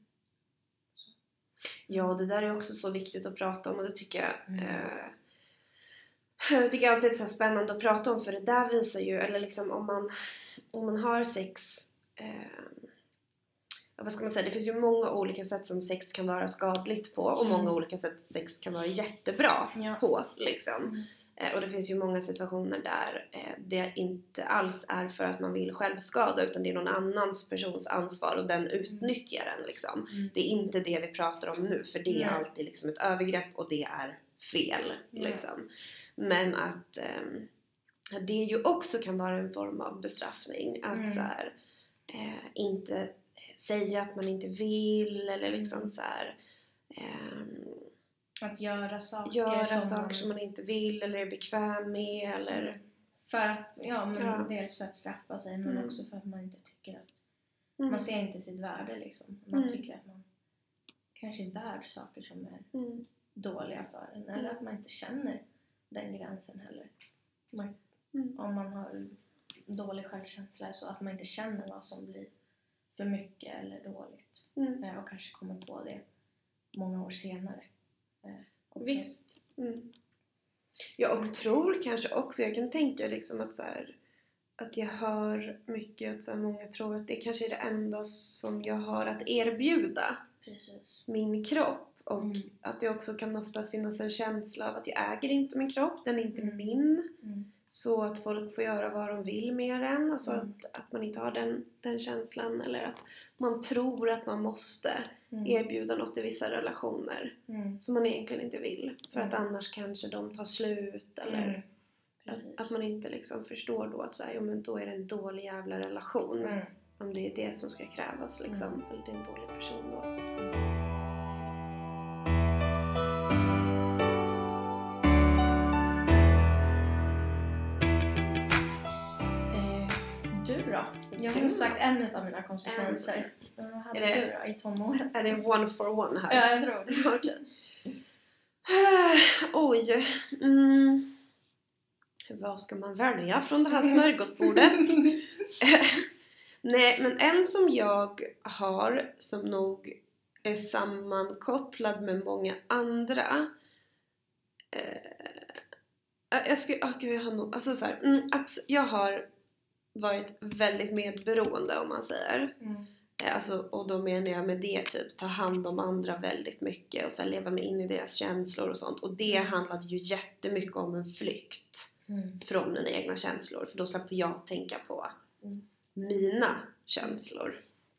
Speaker 1: Ja, det där är också så viktigt att prata om och det tycker jag
Speaker 2: Mm.
Speaker 1: eh, jag tycker alltid det är så spännande att prata om, för det där visar ju, eller liksom om man om man har sex eh, vad ska man säga, det finns ju många olika sätt som sex kan vara skadligt på och
Speaker 2: Mm.
Speaker 1: många olika sätt sex kan vara jättebra
Speaker 2: Ja.
Speaker 1: på liksom.
Speaker 2: Mm.
Speaker 1: Eh, och det finns ju många situationer där eh, det inte alls är för att man vill självskada, utan det är någon annans persons ansvar och den utnyttjar den liksom.
Speaker 2: Mm.
Speaker 1: Det är inte det vi pratar om nu, för det är
Speaker 2: Nej.
Speaker 1: alltid liksom ett övergrepp och det är fel
Speaker 2: Ja.
Speaker 1: liksom. Men att eh, det ju också kan vara en form av bestraffning att
Speaker 2: Mm.
Speaker 1: så här, eh, inte säga att man inte vill eller liksom
Speaker 2: Mm.
Speaker 1: så här, eh,
Speaker 2: att göra saker,
Speaker 1: göra
Speaker 2: som,
Speaker 1: saker
Speaker 2: man...
Speaker 1: som man inte vill eller är bekväm med eller
Speaker 2: för att, ja men
Speaker 1: ja.
Speaker 2: dels för att straffa sig men
Speaker 1: mm.
Speaker 2: också för att man inte tycker att
Speaker 1: mm.
Speaker 2: man ser inte sitt värde liksom. Man
Speaker 1: Mm.
Speaker 2: tycker att man kanske är värd saker som är
Speaker 1: Mm.
Speaker 2: dåliga för en. Eller
Speaker 1: Mm.
Speaker 2: att man inte känner den gränsen heller. Man,
Speaker 1: Mm.
Speaker 2: om man har dålig självkänsla så att man inte känner vad som blir för mycket eller dåligt.
Speaker 1: Mm.
Speaker 2: Eh, och kanske kommer på det många år senare. Eh, också.
Speaker 1: Visst. Mm. Ja, och tror kanske också, jag kan tänka liksom att så här, att jag hör mycket att så här, många tror att det kanske är det enda som jag har att erbjuda.
Speaker 2: Precis.
Speaker 1: Min kropp. Och
Speaker 2: mm.
Speaker 1: att det också kan ofta finnas en känsla av att jag äger inte min kropp, den är inte
Speaker 2: mm.
Speaker 1: min.
Speaker 2: Mm.
Speaker 1: Så att folk får göra vad de vill med den. Alltså
Speaker 2: mm.
Speaker 1: att, att man inte har den, den känslan. Eller att man tror att man måste
Speaker 2: mm.
Speaker 1: erbjuda något i vissa relationer.
Speaker 2: Mm.
Speaker 1: Som man egentligen inte vill. För
Speaker 2: mm.
Speaker 1: att annars kanske de tar slut. Eller
Speaker 2: mm.
Speaker 1: att, att man inte liksom förstår då att så här, jo, men då är det en dålig jävla relation.
Speaker 2: Mm.
Speaker 1: Om det är det som ska krävas liksom.
Speaker 2: Mm.
Speaker 1: Eller det är en dålig person då.
Speaker 2: Du då? Jag har ju sagt en av mina konsekvenser. Vad hade
Speaker 1: är det,
Speaker 2: du då i tonåren?
Speaker 1: Är det one for one här?
Speaker 2: Ja, jag tror det.
Speaker 1: Okej. Oj. Mm. Vad ska man välja från det här smörgåsbordet? Nej, men en som jag har som nog är sammankopplad med många andra. Eh, jag skulle, oh, gud, jag har nog, alltså så här, mm, abs- jag har varit väldigt medberoende om man säger.
Speaker 2: Mm.
Speaker 1: Alltså, och då menar jag med det typ ta hand om andra väldigt mycket och så här, leva mig in i deras känslor och sånt. Och det handlade ju jättemycket om en flykt
Speaker 2: mm.
Speaker 1: från mina egna känslor. För då slapp jag tänka på
Speaker 2: mm.
Speaker 1: mina känslor.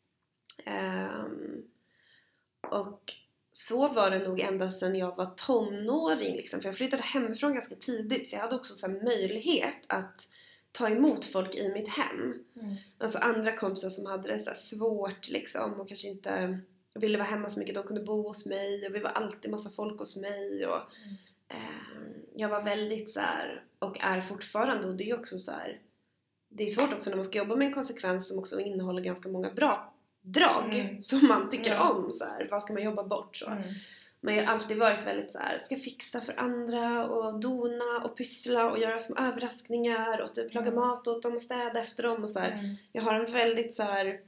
Speaker 1: Um, och så var det nog ända sedan jag var tonåring liksom. För jag flyttade hemifrån ganska tidigt så jag hade också så här möjlighet att ta emot folk i mitt hem.
Speaker 2: Mm.
Speaker 1: Alltså andra kompisar som hade det så här svårt liksom och kanske inte ville vara hemma så mycket. De kunde bo hos mig och vi var alltid massa folk hos mig. Och,
Speaker 2: mm.
Speaker 1: eh, jag var väldigt så här, och är fortfarande, och det är ju också så här, det är svårt också när man ska jobba med en konsekvens som också innehåller ganska många bra drag
Speaker 2: mm.
Speaker 1: som man tycker
Speaker 2: ja.
Speaker 1: om. Så här, vad ska man jobba bort så?
Speaker 2: Mm.
Speaker 1: Men jag har alltid varit väldigt så här, ska fixa för andra och dona och pyssla och göra små överraskningar och typ laga
Speaker 2: mm.
Speaker 1: mat åt dem och städa efter dem och så här.
Speaker 2: Mm.
Speaker 1: Jag har en väldigt så här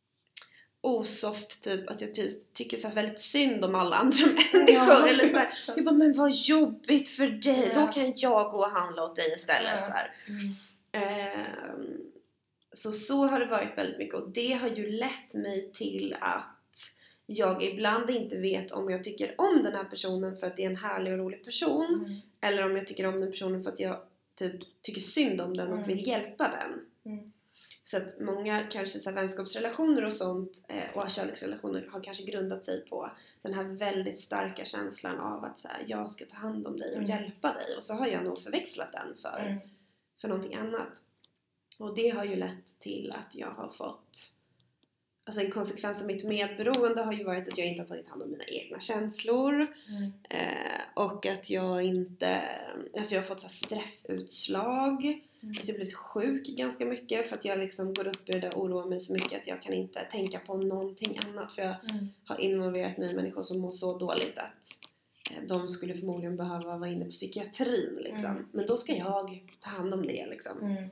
Speaker 1: osoft typ att jag ty- tycker så här väldigt synd om alla andra människor
Speaker 2: ja.
Speaker 1: eller så här, jag bara, men vad jobbigt för dig,
Speaker 2: ja.
Speaker 1: då kan jag gå och handla åt dig istället
Speaker 2: ja.
Speaker 1: så här.
Speaker 2: Mm.
Speaker 1: Ehm, så så har det varit väldigt mycket och det har ju lett mig till att jag ibland inte vet om jag tycker om den här personen för att det är en härlig och rolig person
Speaker 2: Mm.
Speaker 1: eller om jag tycker om den personen för att jag typ tycker synd om den och
Speaker 2: Mm.
Speaker 1: vill hjälpa den.
Speaker 2: Mm.
Speaker 1: Så att många kanske så här, vänskapsrelationer och sånt eh, och kärleksrelationer har kanske grundat sig på den här väldigt starka känslan av att så här, jag ska ta hand om dig och
Speaker 2: Mm.
Speaker 1: hjälpa dig och så har jag nog förväxlat den för,
Speaker 2: Mm.
Speaker 1: för någonting annat. Och det har ju lett till att jag har fått, alltså en konsekvens av mitt medberoende har ju varit att jag inte har tagit hand om mina egna känslor.
Speaker 2: Mm.
Speaker 1: Eh, och att jag inte, alltså jag har fått så här stressutslag.
Speaker 2: Mm.
Speaker 1: Alltså jag har blivit sjuk ganska mycket för att jag liksom går upp i det där och oroar mig så mycket att jag kan inte tänka på någonting annat. För jag
Speaker 2: Mm.
Speaker 1: har involverat mig i människor som mår så dåligt att eh, de skulle förmodligen behöva vara inne på psykiatrin liksom.
Speaker 2: Mm.
Speaker 1: Men då ska jag ta hand om det liksom.
Speaker 2: Mm.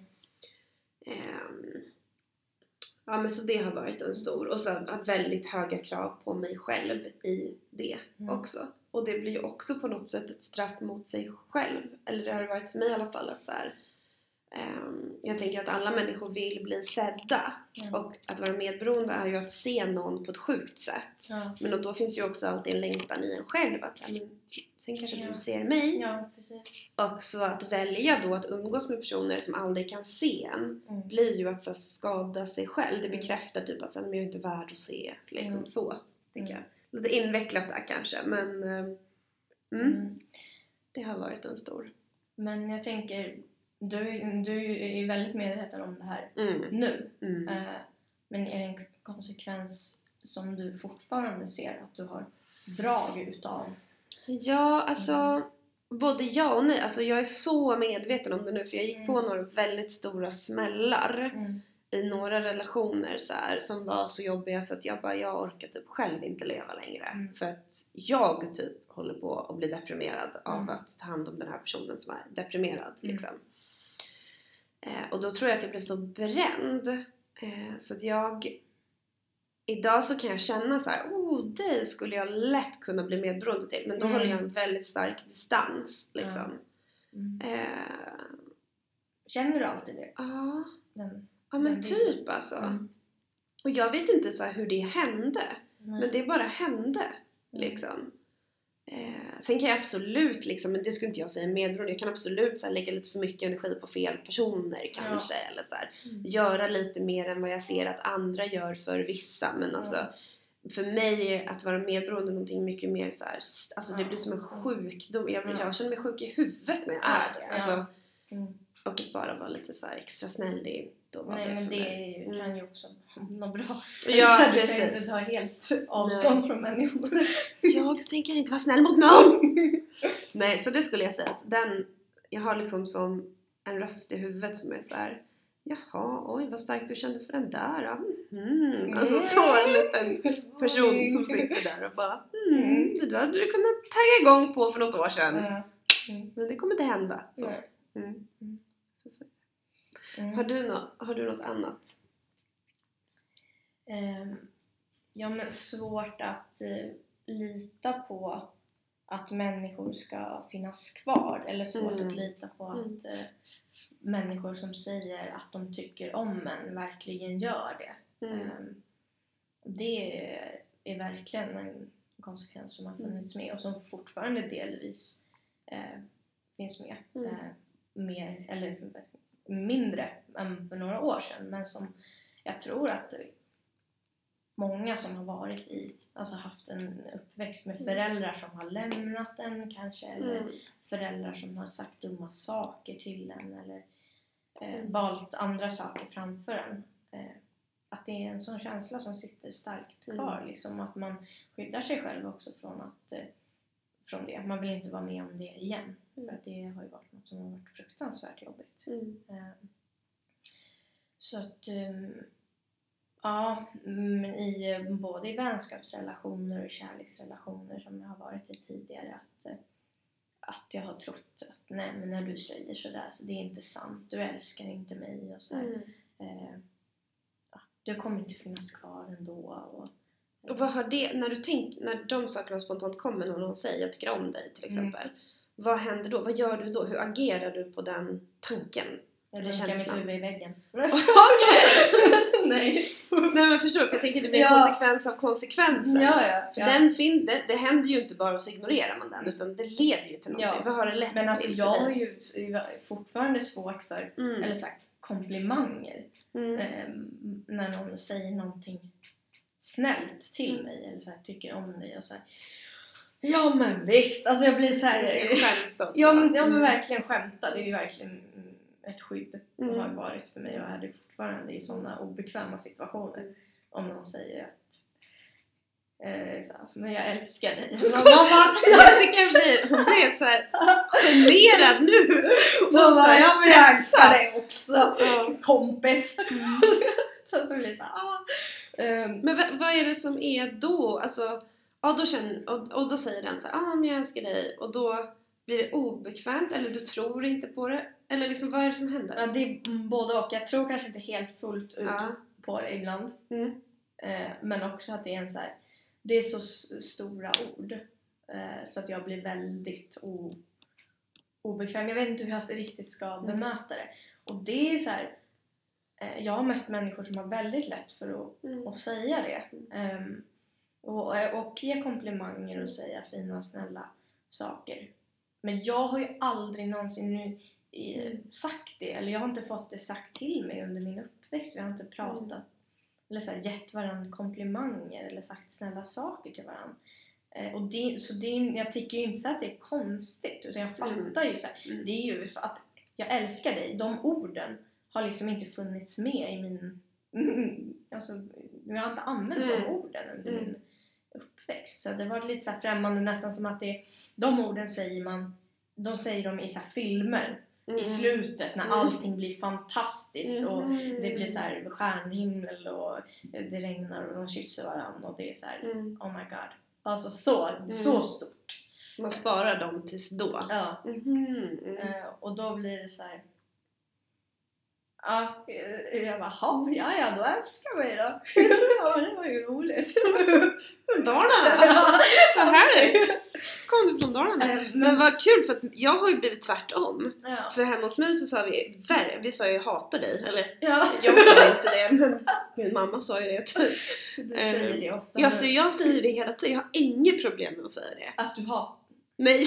Speaker 1: Um, ja men så det har varit en stor och så väldigt höga krav på mig själv i det
Speaker 2: Mm.
Speaker 1: också. Och det blir ju också på något sätt ett straff mot sig själv. Eller det har det varit för mig i alla fall att så här, um, jag tänker att alla människor vill bli sedda.
Speaker 2: Mm.
Speaker 1: Och att vara medberoende är ju att se någon på ett sjukt sätt.
Speaker 2: Ja.
Speaker 1: Men då finns ju också alltid en längtan i en själv att så här, men, sen kanske
Speaker 2: Ja.
Speaker 1: du ser mig.
Speaker 2: Ja, precis.
Speaker 1: Och så att välja då att umgås med personer som aldrig kan se en
Speaker 2: Mm.
Speaker 1: blir ju att så här, skada sig själv. Det
Speaker 2: Mm.
Speaker 1: bekräftar typ att så här, men jag är inte värd att se. Liksom
Speaker 2: Mm.
Speaker 1: så, tänker
Speaker 2: Mm.
Speaker 1: jag. Lite invecklat där kanske, men eh, mm,
Speaker 2: Mm.
Speaker 1: det har varit en stor.
Speaker 2: Men jag tänker, du, du är väldigt medveten om det här
Speaker 1: Mm.
Speaker 2: nu.
Speaker 1: Mm.
Speaker 2: Eh, Men är det en konsekvens som du fortfarande ser att du har drag utav?
Speaker 1: Ja, alltså mm. både ja och nej. Alltså jag är så medveten om det nu, för jag gick mm. på några väldigt stora smällar mm. i några relationer så här, som var så jobbiga så att jag bara, jag orkar typ själv inte leva längre. Mm. För att jag typ håller på att bli deprimerad mm. av att ta hand om den här personen som är deprimerad mm. liksom. Eh, och då tror jag att jag blev så bränd. Eh, så att jag idag så kan jag känna så här, oh, det skulle jag lätt kunna bli medberoende till. Men då mm. håller jag en väldigt stark distans liksom.
Speaker 2: Mm. Eh, Känner du alltid det?
Speaker 1: Ja.
Speaker 2: Den,
Speaker 1: ja men den typ bilden. Alltså. Mm. Och jag vet inte så här hur det hände. Nej. Men det bara hände liksom. Eh, sen kan jag absolut liksom, men det skulle inte jag säga medberoende, jag kan absolut så här, lägga lite för mycket energi på fel personer kanske, ja. Eller så här, mm. göra lite mer än vad jag ser att andra gör för vissa, men alltså mm. för mig är att vara medberoende någonting mycket mer så här, alltså det blir som en sjukdom, jag, blir, jag känner mig sjuk i huvudet när jag är det alltså, mm. och att bara vara lite så här extra snäll, det är då var
Speaker 2: nej
Speaker 1: det
Speaker 2: men
Speaker 1: för
Speaker 2: det
Speaker 1: mig.
Speaker 2: Är ju, kan ju också något bra.
Speaker 1: Ja,
Speaker 2: du
Speaker 1: precis.
Speaker 2: kan inte ta helt avstånd nej. Från människor.
Speaker 1: Jag tänker inte vara snäll mot någon. Nej, så det skulle jag säga att den, jag har liksom som en röst i huvudet som är så här, jaha, oj vad starkt du kände för den där. Mm. Alltså så en liten person som sitter där och bara, mm, det där hade du kunnat tagga igång på för något år sedan. Mm. Men det kommer inte hända. Så. Mm. Så, så. Mm. Har, du no- har du något annat?
Speaker 2: Um, ja men svårt att uh, lita på att människor ska finnas kvar. Eller svårt mm. att lita på att uh, människor som säger att de tycker om en verkligen gör det. Mm. Um, det är verkligen en konsekvens som har funnits med och som fortfarande delvis uh, finns med. Mm. Uh, mer eller mindre än för några år sedan, men som jag tror att många som har varit i, alltså haft en uppväxt med föräldrar som har lämnat en kanske, eller mm. föräldrar som har sagt dumma saker till en eller eh, mm. valt andra saker framför en, eh, att det är en sån känsla som sitter starkt kvar mm. liksom, att man skyddar sig själv också från att eh, från det, man vill inte vara med om det igen. Mm. För att det har ju varit något som har varit fruktansvärt jobbigt. Mm. Um, så att um, ja, men i både i vänskapsrelationer och kärleksrelationer som jag har varit i tidigare, att, att jag har trott att nej men när du säger sådär så det är inte sant, du älskar inte mig och så här, mm. uh, ja, du kommer inte finnas kvar ändå och
Speaker 1: Och vad har det, när du tänk, när de sakerna spontant kommer när någon säger jag tycker om dig till exempel. Mm. Vad händer då? Vad gör du då? Hur agerar du på den tanken?
Speaker 2: Jag länkar mitt huvud i väggen.
Speaker 1: Nej. Nej men förstår du? För jag tänker det blir en ja. konsekvens av konsekvensen.
Speaker 2: Ja, ja,
Speaker 1: för
Speaker 2: ja.
Speaker 1: Den fin- det, det händer ju inte bara och så ignorerar man den. Utan det leder ju till någonting.
Speaker 2: Ja.
Speaker 1: Vad har det lätt
Speaker 2: men alltså
Speaker 1: till
Speaker 2: jag har ju fortfarande svårt för mm. eller sagt komplimanger. Mm. Eh, när någon säger någonting snällt till mm. mig eller så här, tycker om dig och så här. Ja men visst, alltså jag blir så här
Speaker 1: skämt
Speaker 2: ja men jag mm. verkligen skämta, det är ju verkligen ett skydd mm. har varit för mig och är det fortfarande i sådana obekväma situationer mm. om någon säger att eh, så här, men jag älskar dig.
Speaker 1: Mamma, Jessica blir, hon blir så här generad nu och
Speaker 2: så
Speaker 1: här
Speaker 2: jag
Speaker 1: stressad.
Speaker 2: Jag älskar dig också, mm. kompis. Mm. så, så blir det så här, ah.
Speaker 1: Um, men v- vad är det som är då? Alltså, ja, då känner, och, och då säger den så här, ah, men jag älskar dig. Och då blir det obekvämt, eller du tror inte på det. Eller liksom, vad är det som händer?
Speaker 2: Ja, det är både och. Jag tror kanske inte helt fullt ut ja. på det ibland. Mm. Eh, men också att det är en så här, det är så s- stora ord. Eh, så att jag blir väldigt o- obekväm. Jag vet inte hur jag riktigt ska mm. bemöta det. Och det är så här, jag har mött människor som har väldigt lätt för att, mm. att säga det. Um, och, och ge komplimanger och säga fina, snälla saker. Men jag har ju aldrig någonsin nu, i, sagt det. Eller jag har inte fått det sagt till mig under min uppväxt. Vi har inte pratat mm. eller så här, gett varandra komplimanger eller sagt snälla saker till varandra. Uh, och det, så det, jag tycker ju inte så att det är konstigt. Utan jag fattar mm. ju så här, mm. det är ju att jag älskar dig. De orden har liksom inte funnits med i min alltså, jag har inte använt mm. de orden under mm. min uppväxt. Så det var lite så här främmande, nästan som att det, de orden säger man, de säger de i så här filmer. Mm. I slutet när mm. allting blir fantastiskt mm. och det blir så här stjärnhimmel och det regnar och de kysser varandra och det är så här, mm. oh my god. Alltså så, mm. så stort.
Speaker 1: Man sparar dem tills då.
Speaker 2: Ja. Mm. Mm. Uh, och då blir det så här. Ja, jag bara, ja, ja, då älskar mig då. Ja, det var ju roligt.
Speaker 1: Dalarna? Ja, vad härligt. Kom du från Dalarna? Mm. Men vad kul, för att jag har ju blivit tvärtom. Ja. För hemma hos mig så sa vi, vi sa ju hatar dig. Eller,
Speaker 2: ja.
Speaker 1: Jag sa inte det, men min mamma sa ju det typ.
Speaker 2: Så du säger det ofta?
Speaker 1: Ja, så jag säger det hela tiden. Jag har inget problem med att säga det.
Speaker 2: Att du hatar?
Speaker 1: Nej.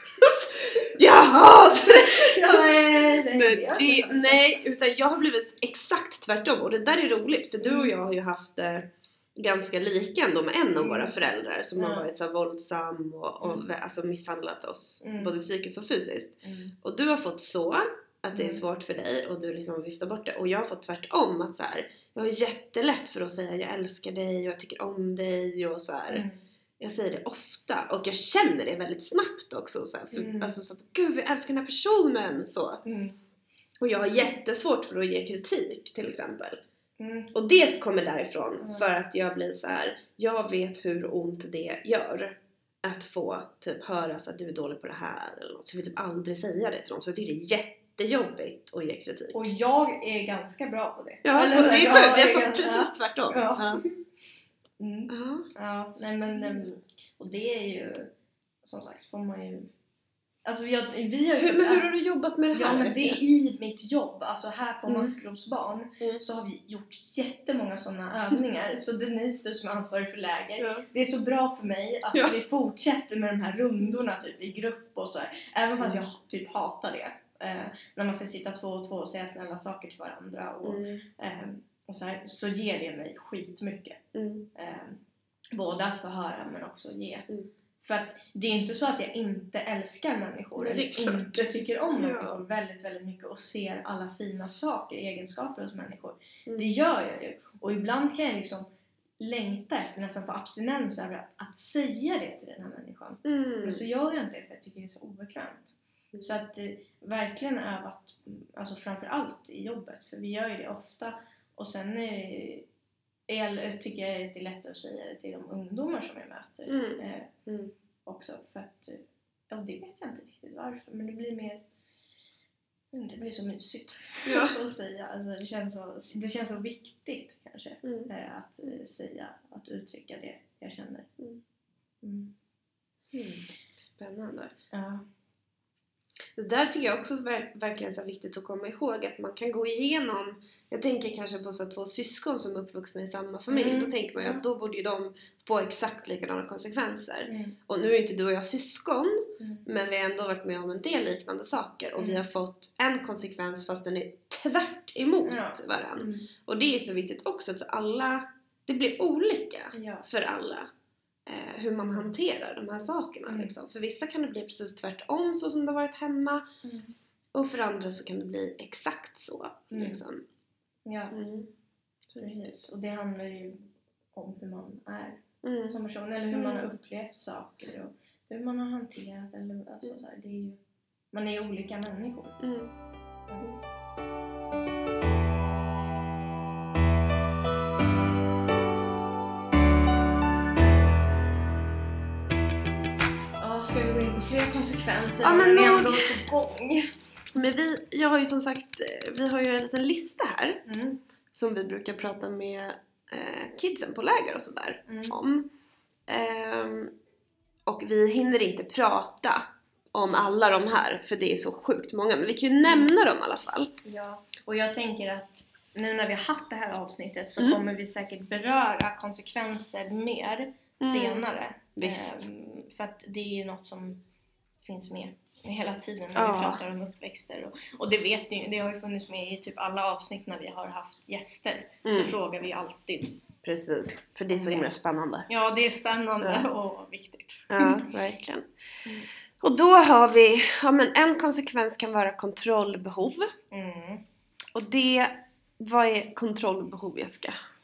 Speaker 1: Jag hatar dig!
Speaker 2: Ja, nej, nej,
Speaker 1: nej, det, nej, utan jag har blivit exakt tvärtom. Och det där är roligt, för du och jag har ju haft det eh, ganska lika ändå med en av mm. våra föräldrar som mm. har varit så här våldsam och, och mm. alltså misshandlat oss mm. både psykiskt och fysiskt. Mm. Och du har fått så att det är svårt för dig och du liksom viftar bort det. Och jag har fått tvärtom, att så här, jag har jättelätt för att säga jag älskar dig och jag tycker om dig och så här. Mm. Jag säger det ofta och jag känner det väldigt snabbt också så här, för, mm. alltså så, gud jag älskar den här personen så. Mm. Och jag har jättesvårt för att ge kritik till exempel. Mm. Och det kommer därifrån mm. för att jag blir så här, jag vet hur ont det gör att få typ höra så att du är dålig på det här eller något. Så jag vill typ aldrig säga det till någon, så jag tycker det är jättejobbigt att ge kritik.
Speaker 2: Och jag är ganska bra på det.
Speaker 1: Ja, eller så, det är sjukt, jag får precis tvärtom. Ja. Ja.
Speaker 2: Mm. Uh-huh. Ja, nej men och det är ju som sagt får man ju alltså jag, vi har ju
Speaker 1: hur, men hur har du jobbat med det här?
Speaker 2: Ja, men det är i mitt jobb, alltså här på mm. Maskrosbarn mm. så har vi gjort jättemånga sådana övningar. Så Denise, du som är ansvarig för läger, ja. Det är så bra för mig att ja. Vi fortsätter med de här rundorna typ i grupp och så här. Även fast mm. jag typ hatar det eh, när man ska sitta två och två och säga snälla saker till varandra och mm. eh, och så, här, så ger det mig skitmycket. Mm. Eh, både att få höra men också ge. Mm. För att det är inte så att jag inte älskar människor. Nej, eller inte tycker om ja. Människor väldigt, väldigt mycket. Och ser alla fina saker, egenskaper hos människor. Mm. Det gör jag ju. Och ibland kan jag liksom längta efter nästan få abstinens över att, att säga det till den här människan. Mm. Men så gör jag inte det för jag tycker det är så obekvämt. Mm. Så att eh, verkligen övat, alltså framförallt i jobbet. För vi gör ju det ofta. Och sen är, är, tycker jag att det är lättare att säga det till de ungdomar som jag möter. Mm. Eh, mm. Också för att, ja det vet jag inte riktigt varför. Men det blir mer, det blir så mysigt ja. Att säga. Alltså det, känns så, det känns så viktigt kanske. Mm. Eh, att eh, säga, att uttrycka det jag känner. Mm. Mm.
Speaker 1: Mm. Spännande.
Speaker 2: Ja.
Speaker 1: Det där tycker jag också är verkligen så viktigt att komma ihåg. Att man kan gå igenom. Jag tänker kanske på så två syskon som är uppvuxna i samma familj. Mm. Då tänker man ju att då borde ju de få exakt likadana konsekvenser. Mm. Och nu är inte du och jag syskon. Mm. Men vi har ändå varit med om en del liknande saker. Och mm. vi har fått en konsekvens fast den är tvärt emot ja. Varandra. Mm. Och det är så viktigt också att alla, det blir olika ja. För alla. Eh, hur man hanterar de här sakerna mm. liksom. För vissa kan det bli precis tvärtom så som det har varit hemma mm. och för andra så kan det bli exakt så mm. liksom.
Speaker 2: Ja, mm. så det och det handlar ju om hur man är mm. som person eller hur mm. man har upplevt saker och hur man har hanterat eller alltså, så här, det är ju, man är ju olika människor mm. Mm. Ska vi gå in på fler konsekvenser?
Speaker 1: Ja, men
Speaker 2: vi är ändå på gång.
Speaker 1: Men vi, jag har ju som sagt, vi har ju en liten lista här. Mm. Som vi brukar prata med eh, kidsen på läger och sådär mm. om. Ehm, och vi hinner inte prata om alla de här. För det är så sjukt många. Men vi kan ju nämna dem i alla fall.
Speaker 2: Ja, och jag tänker att nu när vi har haft det här avsnittet så mm. kommer vi säkert beröra konsekvenser mer mm. senare.
Speaker 1: Visst.
Speaker 2: Ehm, för att det är ju något som finns med hela tiden när
Speaker 1: ja.
Speaker 2: Vi pratar om uppväxter. Och, och det vet ni, det har ju funnits med i typ alla avsnitt när vi har haft gäster. Mm. Så frågar vi alltid.
Speaker 1: Precis, för det är så himla spännande.
Speaker 2: Ja, det är spännande ja. Och viktigt.
Speaker 1: Ja, verkligen. Mm. Och då har vi, ja men en konsekvens kan vara kontrollbehov. Mm. Och det, vad är kontrollbehov, Jessica?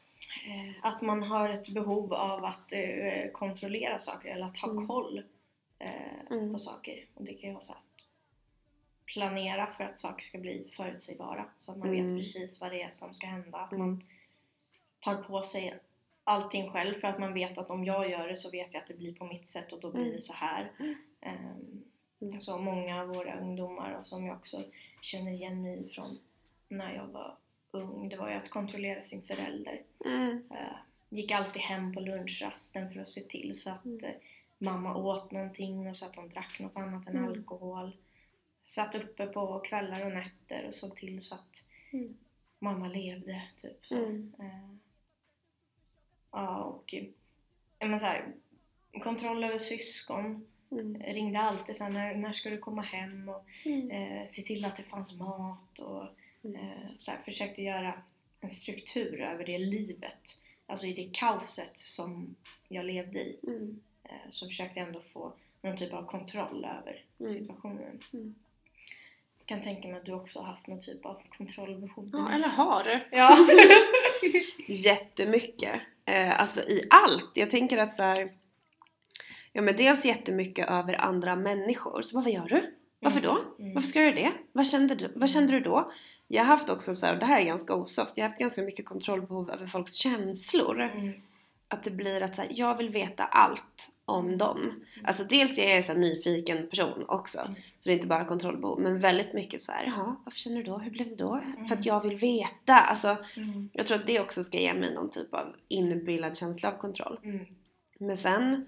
Speaker 2: att man har ett behov av att eh, kontrollera saker eller att ha mm. koll eh, mm. på saker. Och det kan ju vara så att planera för att saker ska bli förutsägbara. Så att man mm. vet precis vad det är som ska hända. Att mm. man tar på sig allting själv för att man vet att om jag gör det så vet jag att det blir på mitt sätt och då blir mm. det så här. Um, mm. Så många av våra ungdomar och som jag också känner igen mig från när jag var ung, det var ju att kontrollera sin förälder. Mm. Uh, gick alltid hem på lunchrasten för att se till så att mm. uh, mamma åt någonting och så att hon drack något annat än mm. alkohol. Satt uppe på kvällar och nätter och såg till så att mm. mamma levde typ så. Mm. Uh, ja och men så här, kontroll över syskon. Mm. Ringde alltid så här, när, när ska du komma hem och mm. uh, se till att det fanns mat och Så här, försökte göra en struktur över det livet, alltså i det kaoset som jag levde i. Mm. Så försökte jag ändå få någon typ av kontroll över mm. situationen. Mm. Jag kan tänka mig att du också har haft någon typ av kontrollbehov.
Speaker 1: Ja, eller har du?
Speaker 2: Ja.
Speaker 1: Jättemycket. Eh, alltså i allt. Jag tänker att så här, ja men dels jättemycket över andra människor. Så vad gör du? Varför då? Mm. Varför ska du göra det? Vad kände du, vad kände du då? Jag har haft också så här, och det här är ganska osoft, jag har haft ganska mycket kontrollbehov över folks känslor. Mm. Att det blir att så här, jag vill veta allt om dem. Mm. Alltså dels är jag en så här nyfiken person också. Mm. Så det är inte bara kontrollbehov. Men väldigt mycket så här, jaha, varför känner du då? Hur blev det då? Mm. För att jag vill veta. Alltså, mm. jag tror att det också ska ge mig någon typ av inbillad känsla av kontroll. Mm. Men sen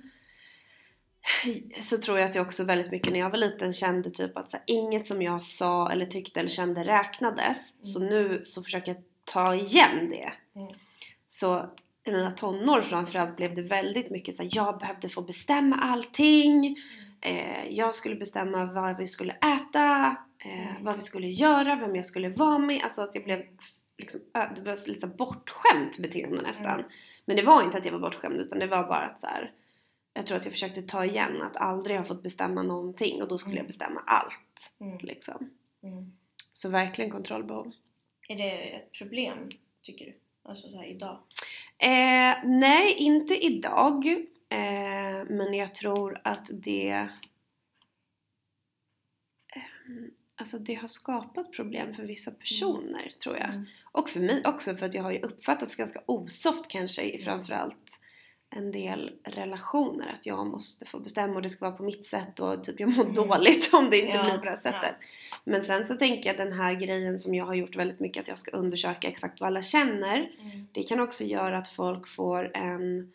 Speaker 1: så tror jag att jag också väldigt mycket när jag var liten kände typ att så här, inget som jag sa eller tyckte eller kände räknades. Mm. Så nu så försöker jag ta igen det. Mm. Så i mina tonår framförallt blev det väldigt mycket så här, jag behövde få bestämma allting. Mm. Eh, jag skulle bestämma vad vi skulle äta, eh, mm. vad vi skulle göra, vem jag skulle vara med. Alltså att jag blev liksom, det var lite så bortskämt beteende nästan. Mm. Men det var inte att jag var bortskämd utan det var bara att så här, jag tror att jag försökte ta igen att aldrig ha fått bestämma någonting. Och då skulle mm. jag bestämma allt. Mm. Liksom. Mm. Så verkligen kontrollbehov.
Speaker 2: Är det ett problem, tycker du? Alltså så här idag?
Speaker 1: Eh, nej, inte idag. Eh, men jag tror att det... Eh, alltså det har skapat problem för vissa personer, mm. tror jag. Mm. Och för mig också, för att jag har ju uppfattats ganska osoft kanske i framförallt en del relationer, att jag måste få bestämma och det ska vara på mitt sätt och typ jag mår mm. dåligt om det inte ja, blir på det här sättet. Ja. Men sen så tänker jag att den här grejen som jag har gjort väldigt mycket, att jag ska undersöka exakt vad alla känner, mm. det kan också göra att folk får en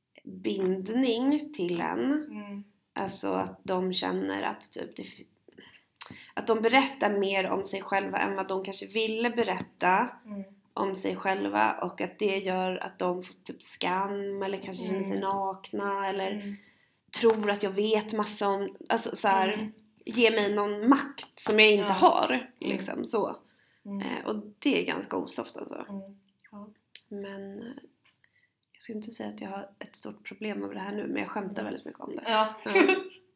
Speaker 1: bindning till en. Mm. Alltså att de känner att typ det, att de berättar mer om sig själva än vad de kanske ville berätta. Mm. om sig själva och att det gör att de får typ skam eller kanske mm. känner sig nakna eller mm. tror att jag vet massa om, alltså så här, mm. ge mig någon makt som jag inte ja. har liksom mm. så mm. Eh, och det är ganska osoft alltså. Mm. Ja. Men eh, jag skulle inte säga att jag har ett stort problem med det här nu, men jag skämtar väldigt mycket om det.
Speaker 2: Ja. Ja.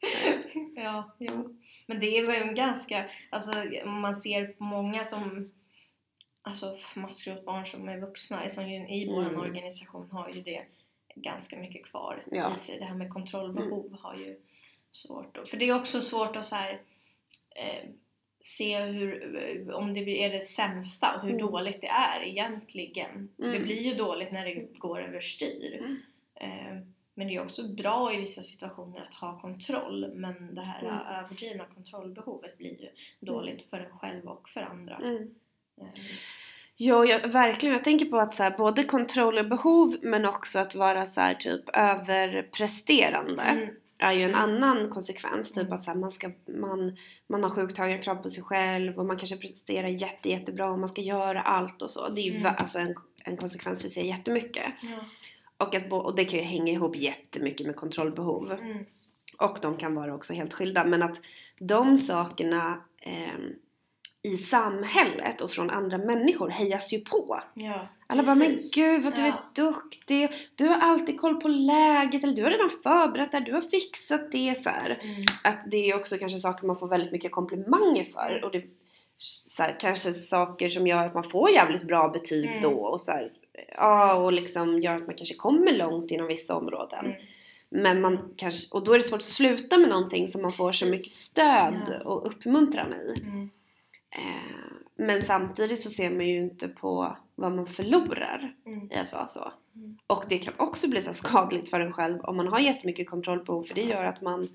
Speaker 2: Ja, jo. Men det är ju ganska, alltså man ser på många som, alltså maskrosbarn som är vuxna, som ju i vår mm. organisation har ju det ganska mycket kvar ja. i sig. Det här med kontrollbehov mm. har ju svårt då. För det är också svårt att så här, eh, se hur, om det är det sämsta och hur mm. dåligt det är egentligen. Mm. Det blir ju dåligt när det går överstyr. Mm. Eh, men det är också bra i vissa situationer att ha kontroll. Men det här mm. överdrivna kontrollbehovet blir ju dåligt för en själv och för andra. Mm. Mm.
Speaker 1: Jo, jag, verkligen. Jag tänker på att så här, både kontrollbehov men också att vara så här, typ överpresterande mm. är ju en annan konsekvens. Typ mm. att så här, man, ska, man, man har sjuktagarkrav på sig själv och man kanske presterar jätte, jättebra och man ska göra allt och så. Det är ju mm. alltså en, en konsekvens vi ser jättemycket. Ja. Och, att, och det kan ju hänga ihop jättemycket med kontrollbehov. Mm. Och de kan vara också helt skilda. Men att de sakerna eh, i samhället och från andra människor hejas ju på. Ja, alla bara, men gud vad du ja. är duktig. Du har alltid koll på läget. Eller du har redan förberett det. Du har fixat det så här. Mm. Att det är också kanske saker man får väldigt mycket komplimanger för. Och det så här, kanske saker som gör att man får jävligt bra betyg mm. då. Och så här, ja, och liksom gör att man kanske kommer långt inom vissa områden. Mm. Men man kanske, och då är det svårt att sluta med någonting som man får så mycket stöd ja. och uppmuntran i. Mm. Eh, men samtidigt så ser man ju inte på vad man förlorar mm. i att vara så. Mm. Och det kan också bli så skadligt för en själv om man har jättemycket kontrollbehov, för det gör att man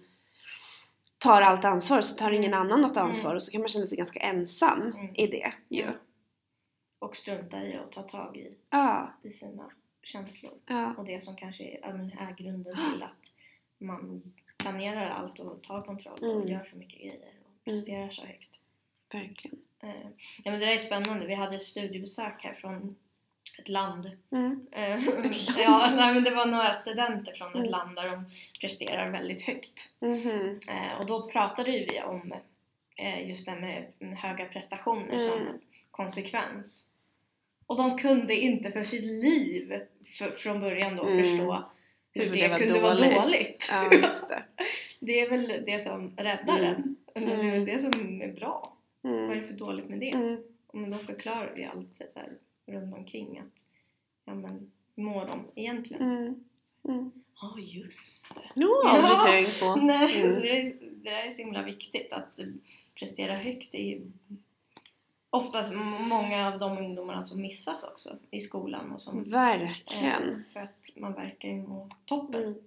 Speaker 1: tar allt ansvar, så tar ingen annan något ansvar mm. och så kan man känna sig ganska ensam mm. i det ju. Ja.
Speaker 2: Och strunta i att ta tag i,
Speaker 1: ja.
Speaker 2: i sina känslor.
Speaker 1: Ja.
Speaker 2: Och det som kanske är, är grunden till att man planerar allt och tar kontroll och mm. gör så mycket grejer och presterar mm. så högt.
Speaker 1: Verkligen.
Speaker 2: Uh, ja, men det där är spännande. Vi hade ett studiebesök här från ett land.
Speaker 1: Mm.
Speaker 2: Uh,
Speaker 1: ett land?
Speaker 2: Ja, nej, men det var några studenter från
Speaker 1: mm.
Speaker 2: ett land där de presterar väldigt högt.
Speaker 1: Mm-hmm.
Speaker 2: Uh, och då pratade vi om uh, just det med höga prestationer mm. som konsekvens. Och de kunde inte för sitt liv för, från början då mm. förstå hur det, det kunde dåligt. vara dåligt.
Speaker 1: Ja, just det.
Speaker 2: Det är väl det som räddar
Speaker 1: mm.
Speaker 2: en. Eller det är väl det som är bra.
Speaker 1: Mm.
Speaker 2: Vad är det för dåligt med det?
Speaker 1: Mm.
Speaker 2: Men då förklarar vi allt så här, runt omkring att ja, men mår de egentligen?
Speaker 1: Mm. Mm.
Speaker 2: Ja, ah, just det.
Speaker 1: No, ja, har du tänkt på.
Speaker 2: Nej,
Speaker 1: mm.
Speaker 2: det, är, det är så himla viktigt att prestera högt. Det är oftast många av de ungdomarna som missas också i skolan. Och som,
Speaker 1: verkligen.
Speaker 2: Eh, för att man verkar ju må toppen.
Speaker 1: Mm.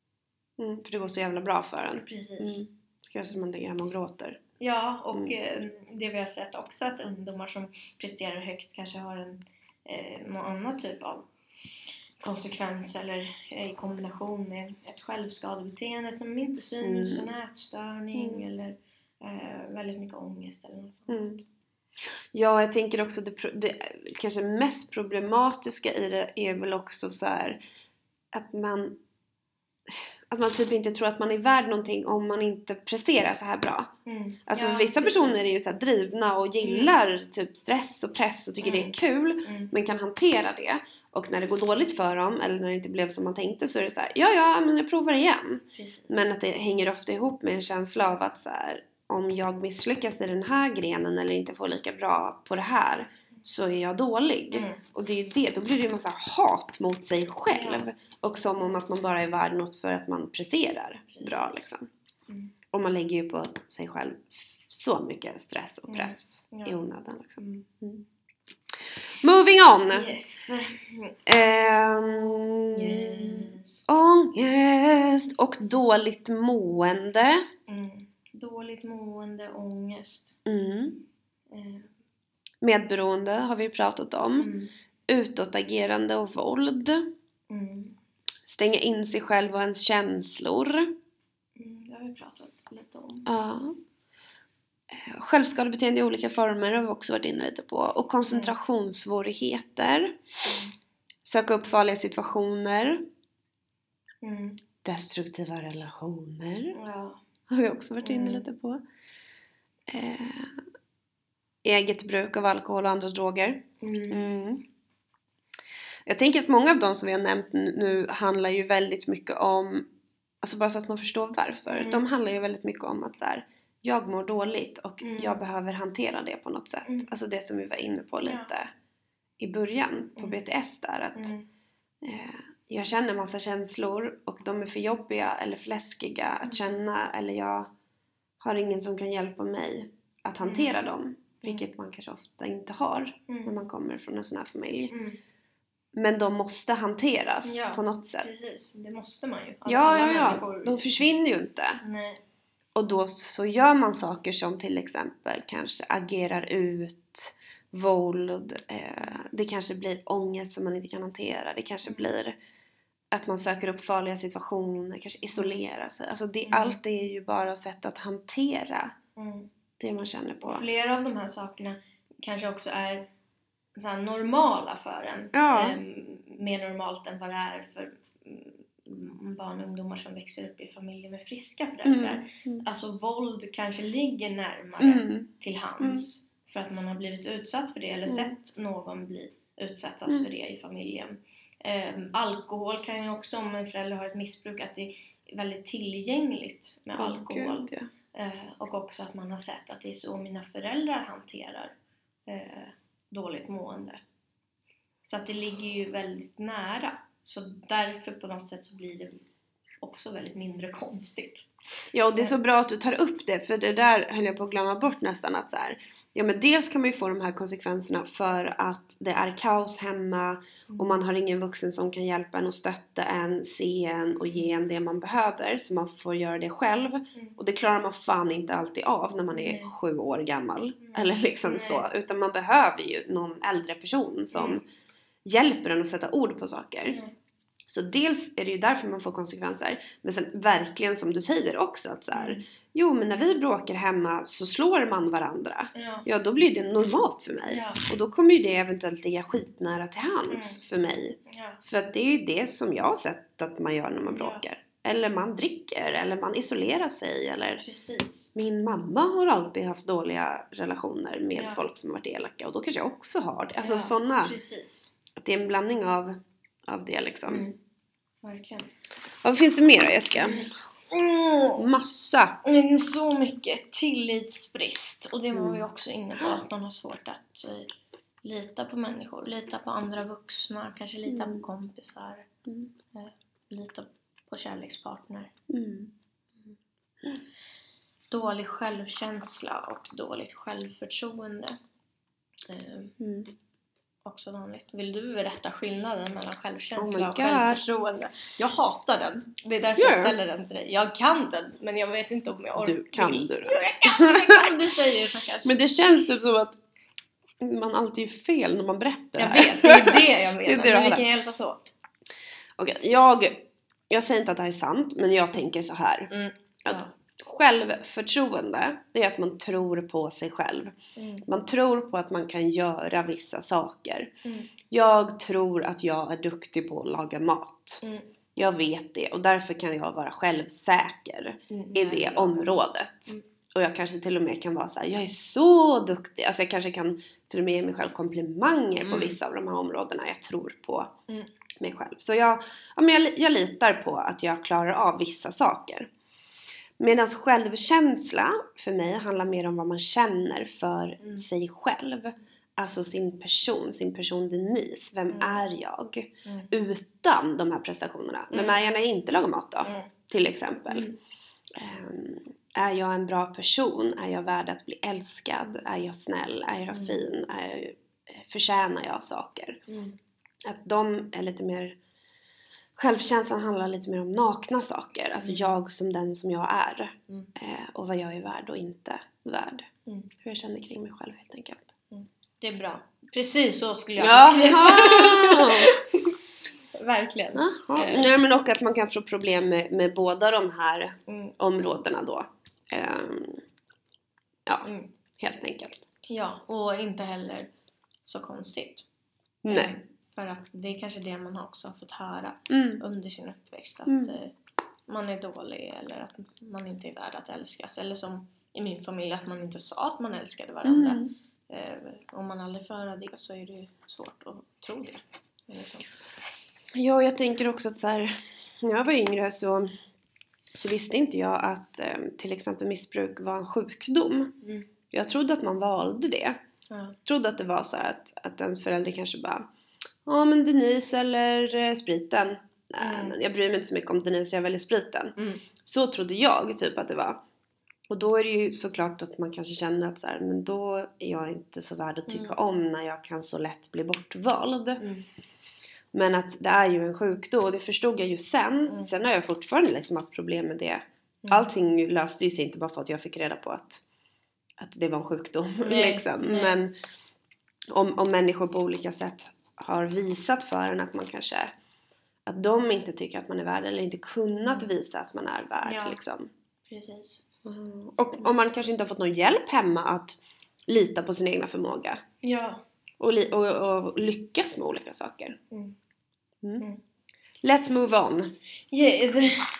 Speaker 1: Mm, för det går så jävla bra för en.
Speaker 2: Precis.
Speaker 1: Mm. Ska som man ligger hemma och gråter.
Speaker 2: Ja, och mm. det vi har sett också att ungdomar som presterar högt kanske har en eh, någon annan typ av konsekvens eller eh, i kombination med ett självskadebeteende som inte syns, mm. en ätstörning mm. eller eh, väldigt mycket ångest eller något
Speaker 1: mm. annat. Ja, jag tänker också det, det kanske mest problematiska i det är väl också så här att man att man typ inte tror att man är värd någonting om man inte presterar så här bra.
Speaker 2: Mm.
Speaker 1: Alltså
Speaker 2: ja,
Speaker 1: vissa
Speaker 2: precis.
Speaker 1: personer är ju så här drivna och gillar mm. typ stress och press och tycker mm. det är kul
Speaker 2: mm.
Speaker 1: men kan hantera det. Och när det går dåligt för dem eller när det inte blev som man tänkte så är det så här, ja ja men jag provar igen.
Speaker 2: Precis.
Speaker 1: Men att det hänger ofta ihop med en känsla av att så här, om jag misslyckas i den här grenen eller inte får lika bra på det här så är jag dålig.
Speaker 2: Mm.
Speaker 1: Och det är ju det, då blir det ju en massa hat mot sig själv. Ja. Och som om att man bara är värd något för att man presterar Precis. bra liksom.
Speaker 2: Mm.
Speaker 1: Och man lägger ju på sig själv så mycket stress och press
Speaker 2: mm.
Speaker 1: ja. i onödan liksom.
Speaker 2: Mm.
Speaker 1: Mm. Moving on!
Speaker 2: Yes.
Speaker 1: Um,
Speaker 2: yes.
Speaker 1: Ångest och dåligt mående.
Speaker 2: Mm. Dåligt mående, ångest.
Speaker 1: Mm.
Speaker 2: Mm.
Speaker 1: Medberoende har vi pratat om.
Speaker 2: Mm.
Speaker 1: Utåtagerande och våld.
Speaker 2: Mm.
Speaker 1: Stänga in sig själv och ens känslor.
Speaker 2: Mm, det har vi pratat lite om.
Speaker 1: Ja. Självskadebeteende i olika former har vi också varit inne lite på. Och koncentrationssvårigheter. Mm. Söka upp farliga situationer.
Speaker 2: Mm.
Speaker 1: Destruktiva relationer.
Speaker 2: Ja.
Speaker 1: Har vi också varit inne
Speaker 2: mm.
Speaker 1: lite på. Eh, eget bruk av alkohol och andra droger.
Speaker 2: Mm.
Speaker 1: Mm. Jag tänker att många av de som vi har nämnt nu handlar ju väldigt mycket om, alltså bara så att man förstår varför. Mm. De handlar ju väldigt mycket om att så här, jag mår dåligt och mm. jag behöver hantera det på något sätt.
Speaker 2: Mm.
Speaker 1: Alltså det som vi var inne på lite ja. i början på
Speaker 2: mm.
Speaker 1: B T S där. Att
Speaker 2: mm.
Speaker 1: eh, jag känner massa känslor och de är för jobbiga eller för läskiga att mm. känna. Eller jag har ingen som kan hjälpa mig att hantera mm. dem. Vilket man kanske ofta inte har
Speaker 2: mm.
Speaker 1: när man kommer från en sån här familj.
Speaker 2: Mm.
Speaker 1: Men de måste hanteras
Speaker 2: ja,
Speaker 1: på något sätt.
Speaker 2: Precis, det måste man ju. Alla,
Speaker 1: ja,
Speaker 2: alla
Speaker 1: ja, ja.
Speaker 2: Människor...
Speaker 1: De försvinner ju inte.
Speaker 2: Nej.
Speaker 1: Och då så gör man saker som till exempel kanske agerar ut våld. Eh, det kanske blir ångest som man inte kan hantera. Det kanske blir att man söker upp farliga situationer. Kanske isolerar sig. Alltså det,
Speaker 2: mm.
Speaker 1: allt är ju bara sätt att hantera
Speaker 2: mm.
Speaker 1: det man känner på.
Speaker 2: Och flera av de här sakerna kanske också är så här normala för en.
Speaker 1: Ja.
Speaker 2: Eh, mer normalt än vad det är för barn och ungdomar som växer upp i familjer med friska föräldrar.
Speaker 1: Mm. Mm.
Speaker 2: Alltså våld kanske ligger närmare
Speaker 1: mm.
Speaker 2: till hands mm. för att man har blivit utsatt för det eller mm. sett någon bli utsättas mm. för det i familjen. Eh, alkohol kan ju också, om en förälder har ett missbruk, att det är väldigt tillgängligt med oh, alkohol.
Speaker 1: God, ja.
Speaker 2: eh, och också att man har sett att det är så mina föräldrar hanterar eh, dåligt mående. Så att det ligger ju väldigt nära. Så därför på något sätt så blir det också väldigt mindre konstigt.
Speaker 1: Ja, och det är så bra att du tar upp det, för det där höll jag på att glömma bort nästan, att så här, ja men dels kan man ju få de här konsekvenserna för att det är kaos hemma mm. och man har ingen vuxen som kan hjälpa en och stötta en, se en och ge en det man behöver, så man får göra det själv mm. och det klarar man fan inte alltid av när man är mm. sju år gammal mm. eller liksom mm. så, utan man behöver ju någon äldre person som mm. hjälper en att sätta ord på saker. Mm. Så dels är det ju därför man får konsekvenser. Men sen verkligen som du säger också att så här, mm. jo men när vi bråkar hemma så slår man varandra. Ja, ja då blir det normalt för mig. Ja. Och då kommer ju det eventuellt ligga skitnära till hands mm. för mig. Ja. För att det är ju det som jag har sett att man gör när man bråkar. Ja. Eller man dricker, eller man isolerar sig. Eller
Speaker 2: precis.
Speaker 1: Min mamma har alltid haft dåliga relationer med ja. folk som har varit elaka. Och då kanske jag också har det. Alltså ja. sådana.
Speaker 2: Precis.
Speaker 1: Att det är en blandning av... av det liksom.
Speaker 2: Mm. Verkligen.
Speaker 1: Vad finns det mer då, Jessica?
Speaker 2: Mm.
Speaker 1: Massa.
Speaker 2: Mm, så mycket tillitsbrist. Och det var vi också inne på. Att man har svårt att uh, lita på människor. Lita på andra vuxna. Kanske lita mm. på kompisar. Mm. Uh, lita på kärlekspartner. Mm. Mm. Dålig självkänsla och dåligt självförtroende. Uh, mm. Också vanligt. Vill du berätta skillnaden mellan självkänsla oh och självförtroende? Jag hatar den. Det är därför yeah. jag ställer den till dig. Jag kan den, men jag vet inte om jag orkar.
Speaker 1: Du kan du det.
Speaker 2: Jag kan, du säger det.
Speaker 1: Men det känns typ som att man alltid är fel när man berättar
Speaker 2: jag
Speaker 1: det här.
Speaker 2: Jag vet, det är det jag menar. Det är det men vi kan hjälpas åt.
Speaker 1: Okej, okay, jag, jag säger inte att det här är sant, men jag tänker så här. Mm. Att ja. Självförtroende, det är att man tror på sig själv. Mm. Man tror på att man kan göra vissa saker. Mm. Jag tror att jag är duktig på att laga mat. Mm. Jag vet det och därför kan jag vara självsäker mm. i det området. Mm. Och jag kanske till och med kan vara så här, jag är så duktig. Alltså jag kanske kan till och med ge mig själv komplimanger mm. på vissa av de här områdena jag tror på mm. mig själv. Så jag, ja, men jag, jag litar på att jag klarar av vissa saker. Medan självkänsla för mig handlar mer om vad man känner för mm. sig själv. Alltså sin person, sin person Denise. Vem mm. är jag? Mm. Utan de här prestationerna. Mm. Vem är jag när jag inte lagar mat då? Mm. Till exempel. Mm. Um, är jag en bra person? Är jag värd att bli älskad? Är jag snäll? Är jag mm. fin? Är jag, förtjänar jag saker? Mm. Att de är lite mer... Självkänslan handlar lite mer om nakna saker. Alltså mm. jag som den som jag är. Mm. Eh, och vad jag är värd och inte värd. Mm. Hur jag känner kring mig själv helt enkelt.
Speaker 2: Mm. Det är bra. Precis så skulle jag
Speaker 1: beskriva.
Speaker 2: Verkligen.
Speaker 1: Eh. Nej, men och att man kan få problem med, med båda de här mm. områdena då. Eh, ja, mm. helt enkelt.
Speaker 2: Ja, och inte heller så konstigt.
Speaker 1: Nej.
Speaker 2: Mm. För att det är kanske det man också har fått höra mm. under sin uppväxt. Att mm. man är dålig eller att man inte är värd att älskas. Eller som i min familj att man inte sa att man älskade varandra. Mm. Eh, om man aldrig får höra det så är det svårt att tro det. Liksom.
Speaker 1: Ja, jag tänker också att så här, när jag var yngre så, så visste inte jag att eh, till exempel missbruk var en sjukdom. Mm. Jag trodde att man valde det. Ja. Jag trodde att det var så här att, att ens förälder kanske bara... Ja, men Denise eller eh, spriten. Nej, mm. men jag bryr mig inte så mycket om Denise, jag väljer spriten. Mm. Så trodde jag typ att det var. Och då är det ju såklart att man kanske känner att så här, men då är jag inte så värd att tycka mm. om när jag kan så lätt bli bortvald. Mm. Men att det är ju en sjukdom och det förstod jag ju sen. Mm. Sen har jag fortfarande liksom haft problem med det. Mm. Allting löste ju sig inte bara för att jag fick reda på att, att det var en sjukdom.
Speaker 2: Nej.
Speaker 1: liksom.
Speaker 2: Nej.
Speaker 1: Men om, om människor på olika sätt har visat för en att man kanske att de inte tycker att man är värd eller inte kunnat visa att man är värd
Speaker 2: ja,
Speaker 1: liksom.
Speaker 2: Precis.
Speaker 1: Mm. Och om man kanske inte har fått någon hjälp hemma att lita på sin egna förmåga
Speaker 2: ja.
Speaker 1: och, li- och, och lyckas med olika saker.
Speaker 2: Mm.
Speaker 1: Mm. Mm. Let's move on.
Speaker 2: Yes.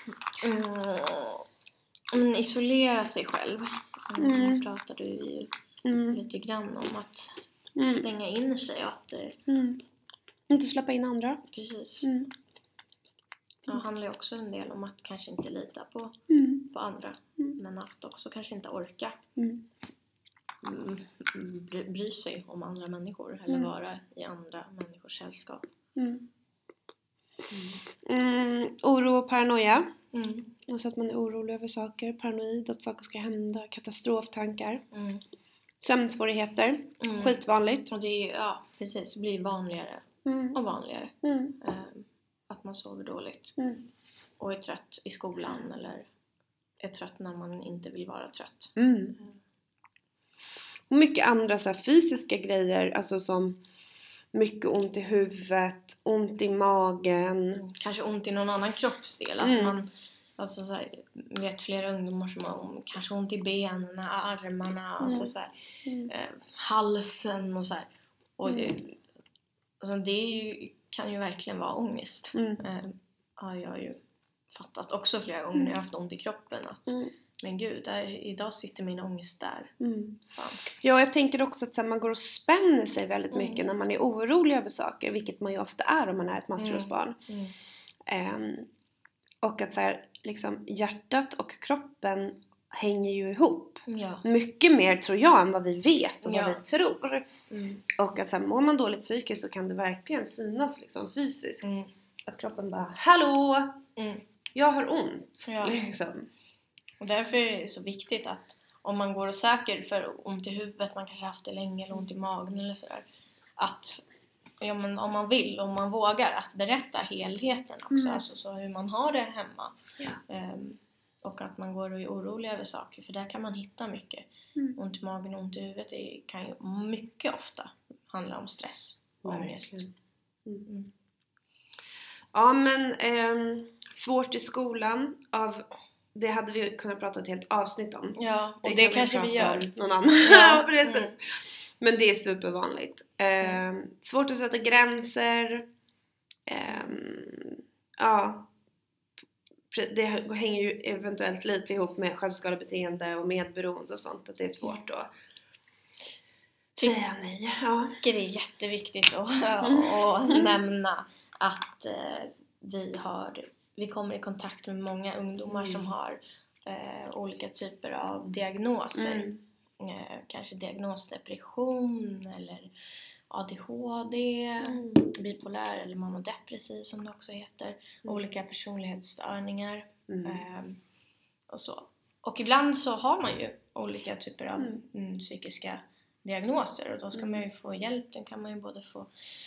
Speaker 2: Mm. Isolera sig själv. Mm. Pratade du ju mm. lite grann om att mm. stänga in sig och att
Speaker 1: mm. inte släppa in andra.
Speaker 2: Precis.
Speaker 1: Mm.
Speaker 2: Det handlar ju också en del om att kanske inte lita på,
Speaker 1: mm.
Speaker 2: på andra. Mm. Men att också kanske inte orka.
Speaker 1: Mm.
Speaker 2: bry, bry sig om andra människor eller mm. vara i andra människors sällskap.
Speaker 1: Mm. Mm, oro och paranoia.
Speaker 2: Mm.
Speaker 1: Alltså att man är orolig över saker, paranoid, att saker ska hända, katastroftankar.
Speaker 2: Mm.
Speaker 1: Sömnsvårigheter,
Speaker 2: mm.
Speaker 1: skitvanligt.
Speaker 2: Och det är, ja, precis, det blir vanligare
Speaker 1: mm.
Speaker 2: och vanligare.
Speaker 1: Mm.
Speaker 2: Um, att man sover dåligt.
Speaker 1: Mm.
Speaker 2: Och är trött i skolan eller är trött när man inte vill vara trött.
Speaker 1: Mm. Mm. Och mycket andra så här, fysiska grejer, alltså som mycket ont i huvudet, ont i magen.
Speaker 2: Mm. Kanske ont i någon annan kroppsdel. Att
Speaker 1: mm.
Speaker 2: man, alltså så här, vet flera ungdomar som har kanske ont i benen, armarna,
Speaker 1: mm.
Speaker 2: alltså så här,
Speaker 1: mm.
Speaker 2: eh, halsen och så här. Och
Speaker 1: mm.
Speaker 2: det, alltså det är ju, kan ju verkligen vara ångest.
Speaker 1: Mm.
Speaker 2: Eh, ja, jag har ju fattat också flera gånger när jag har haft ont i kroppen att
Speaker 1: mm.
Speaker 2: men gud, där, idag sitter min ångest där.
Speaker 1: Mm. Ja, jag tänker också att så här, man går och spänner sig väldigt
Speaker 2: mm.
Speaker 1: mycket när man är orolig över saker, vilket man ju ofta är om man är ett maskrosbarn.
Speaker 2: Mm. Mm.
Speaker 1: Um, och att så här, liksom, hjärtat och kroppen hänger ju ihop.
Speaker 2: Ja.
Speaker 1: Mycket mer tror jag än vad vi vet och
Speaker 2: ja.
Speaker 1: vad vi tror.
Speaker 2: Mm.
Speaker 1: Och att så här, mår man dåligt psykiskt så kan det verkligen synas liksom, fysiskt.
Speaker 2: Mm.
Speaker 1: Att kroppen bara, hallå!
Speaker 2: Mm.
Speaker 1: Jag har ont.
Speaker 2: Ja.
Speaker 1: Liksom.
Speaker 2: Och därför är det så viktigt att om man går och söker för ont i huvudet, man kanske haft det länge eller ont i magen eller sådär, att ja, men om man vill, om man vågar att berätta helheten också,
Speaker 1: mm.
Speaker 2: alltså så hur man har det hemma.
Speaker 1: Ja.
Speaker 2: Um, och att man går och är orolig över saker, för där kan man hitta mycket.
Speaker 1: Mm.
Speaker 2: Ont i magen och ont i huvudet, det kan ju mycket ofta handla om stress och ångest.
Speaker 1: Mm. Mm. Ja, men eh, svårt i skolan av, det hade vi kunnat prata ett helt avsnitt om.
Speaker 2: Ja, och det, det
Speaker 1: kan
Speaker 2: kanske vi, vi gör.
Speaker 1: Någon annan.
Speaker 2: Ja,
Speaker 1: ja precis.
Speaker 2: Mm.
Speaker 1: Men det är supervanligt. Eh,
Speaker 2: Mm.
Speaker 1: Svårt att sätta gränser. Eh, ja. Det hänger ju eventuellt lite ihop med självskadebeteende och medberoende och sånt. Att det är svårt att säga nej. Ja.
Speaker 2: Det är jätteviktigt att, att nämna att eh, vi, har, vi kommer i kontakt med många ungdomar mm. som har eh, olika typer av diagnoser. Mm. Eh, kanske diagnosdepression eller A D H D, mm. bipolär eller manodepressiv som det också heter. Mm. Olika personlighetsstörningar mm. eh, och så. Och ibland så har man ju olika typer av mm. Mm, psykiska diagnoser och då ska mm. man ju få hjälp. Den kan man ju både få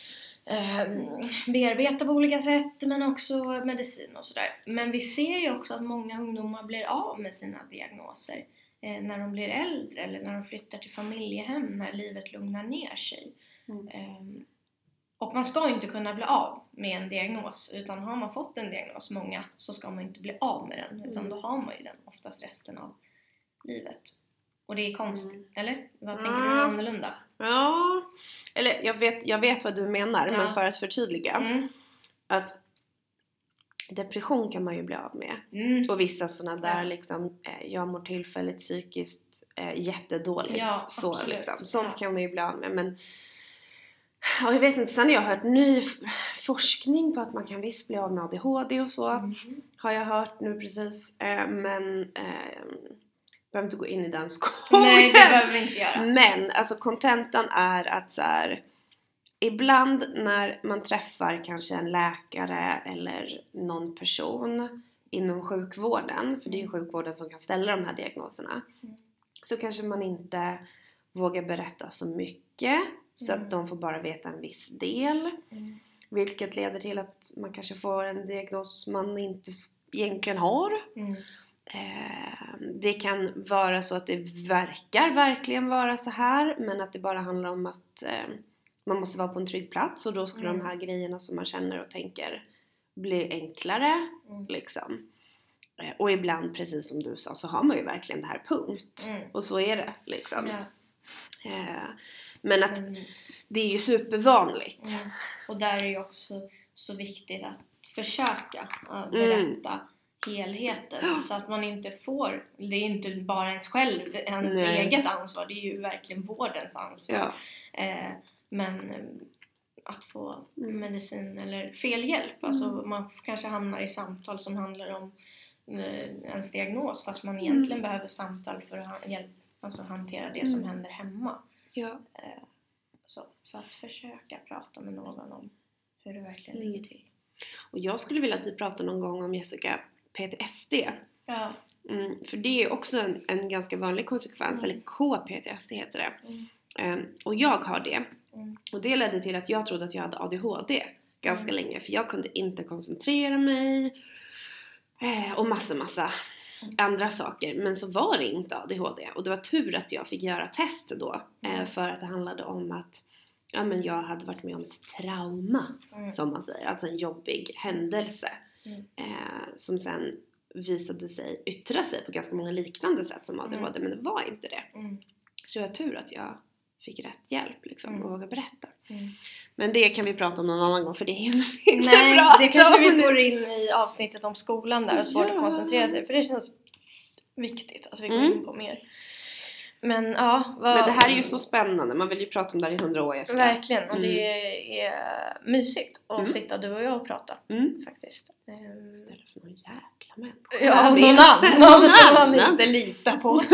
Speaker 2: eh, bearbeta på olika sätt men också medicin och sådär. Men vi ser ju också att många ungdomar blir av med sina diagnoser eh, när de blir äldre eller när de flyttar till familjehem, när livet lugnar ner sig. Mm. Eh, och man ska inte kunna bli av med en diagnos, utan har man fått en diagnos, många, så ska man inte bli av med den, utan då har man ju den oftast resten av livet. Och det är konstigt, mm. eller? Vad tänker
Speaker 1: ja.
Speaker 2: du annorlunda?
Speaker 1: Ja, eller jag vet, jag vet vad du menar, ja. Men för att förtydliga
Speaker 2: mm.
Speaker 1: att depression kan man ju bli av med.
Speaker 2: Mm.
Speaker 1: Och vissa sådana där
Speaker 2: ja.
Speaker 1: liksom, eh, jag mår tillfälligt psykiskt eh, jättedåligt.
Speaker 2: Ja,
Speaker 1: så,
Speaker 2: absolut.
Speaker 1: liksom. Sånt
Speaker 2: ja.
Speaker 1: kan man ju bli av med. Men ja, jag vet inte, sen har jag hört ny f- forskning på att man kan visst bli av med A D H D och så.
Speaker 2: Mm.
Speaker 1: Har jag hört nu precis. Eh, men eh, behöver inte gå in i den skolan.
Speaker 2: Nej, det behöver vi inte göra.
Speaker 1: Men alltså kontentan är att så här, ibland när man träffar kanske en läkare eller någon person inom sjukvården, för det är ju sjukvården som kan ställa de här diagnoserna, mm. så kanske man inte vågar berätta så mycket, så mm. att de får bara veta en viss del, mm. vilket leder till att man kanske får en diagnos man inte egentligen har. Mm. Eh, det kan vara så att det verkar verkligen vara så här, men att det bara handlar om att eh, man måste vara på en trygg plats, och då skulle mm. de här grejerna som man känner och tänker bli enklare mm. liksom. Eh, och ibland, precis som du sa, så har man ju verkligen det här punkt mm. och så är det liksom.
Speaker 2: Ja.
Speaker 1: Eh, men att
Speaker 2: mm.
Speaker 1: det är ju supervanligt.
Speaker 2: Mm. Och där är det ju också så viktigt att försöka uh, berätta mm. helheten, så att man inte får, det är inte bara ens själv, ens Nej. eget ansvar, det är ju verkligen vårdens ansvar.
Speaker 1: Ja.
Speaker 2: Eh, men att få mm. medicin eller fel hjälp, alltså mm. man kanske hamnar i samtal som handlar om eh, ens diagnos, fast man egentligen mm. behöver samtal för att ha hjälp alltså hantera det som mm. händer hemma.
Speaker 1: Ja.
Speaker 2: Eh, så, så att försöka prata med någon om hur det verkligen mm. ligger till.
Speaker 1: Och jag skulle vilja att vi pratar någon gång om, Jessica, P T S D.
Speaker 2: Ja.
Speaker 1: Mm, för det är också en, en ganska vanlig konsekvens, mm. eller K P T S D heter det. Mm. Um, och jag har det. Mm. Och det ledde till att jag trodde att jag hade A D H D ganska mm. länge. För jag kunde inte koncentrera mig. Eh, och massa, massa mm. andra saker. Men så var det inte A D H D. Och det var tur att jag fick göra test då. Mm. Eh, för att det handlade om att ja, men jag hade varit med om ett trauma. Mm. Som man säger. Alltså en jobbig händelse. Mm. Eh, som sen visade sig yttra sig på ganska många liknande sätt som A D H D. Mm. Men det var inte det. Mm. Så det var tur att jag fick rätt hjälp liksom, mm. och våga berätta. Mm. Men det kan vi prata om någon annan gång, för det är inte
Speaker 2: Nej,
Speaker 1: bra.
Speaker 2: Det kanske vi får in i avsnittet om skolan där och svårt ja. att koncentrera sig. För det känns viktigt att vi går mm. in på mer. Men ja. Vad...
Speaker 1: Men det här är ju så spännande. Man vill ju prata om det här i hundra år. Jessica.
Speaker 2: Verkligen. Och mm. det är mysigt att mm. sitta du och jag och prata. Mm. Faktiskt.
Speaker 1: Istället för någon jäkla människa.
Speaker 2: Ja, någon annan. Någon som man inte litar på.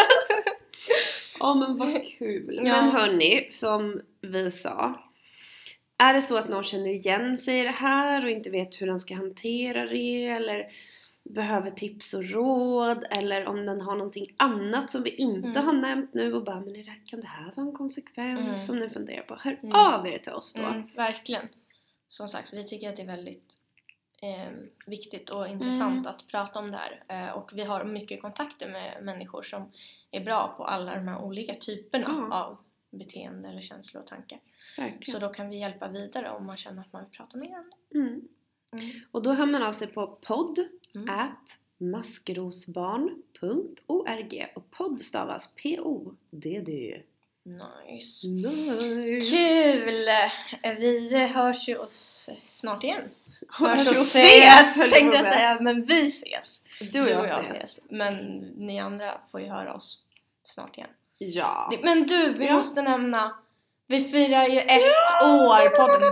Speaker 1: Ja, men vad kul. Ja. Men hörni, som vi sa. Är det så att någon känner igen sig i det här och inte vet hur den ska hantera det, eller behöver tips och råd, eller om den har någonting annat som vi inte mm. har nämnt nu och bara, men det där, kan det här vara en konsekvens mm. som ni funderar på? Hör mm. av er till oss då. Mm,
Speaker 2: verkligen. Som sagt, vi tycker att det är väldigt eh, viktigt och intressant mm. att prata om det här. Eh, och vi har mycket kontakter med människor som är bra på alla de här olika typerna mm. av beteende eller känslor och tankar. Verkligen. Så då kan vi hjälpa vidare om man känner att man vill prata mer om det.
Speaker 1: Mm. Mm. Och då hör man av sig på podd mm. at maskrosbarn punkt org. Och podd stavas P O D D.
Speaker 2: Nice.
Speaker 1: nice.
Speaker 2: Kul! Vi hörs ju oss snart igen.
Speaker 1: Hörs, hörs och ses, ses
Speaker 2: tänkte jag säga. Men vi ses.
Speaker 1: Du och jag, du och jag ses. ses.
Speaker 2: Men ni andra får ju höra oss snart igen.
Speaker 1: Ja.
Speaker 2: Men du, vi ja. måste nämna. Vi firar ju ett ja! år podden.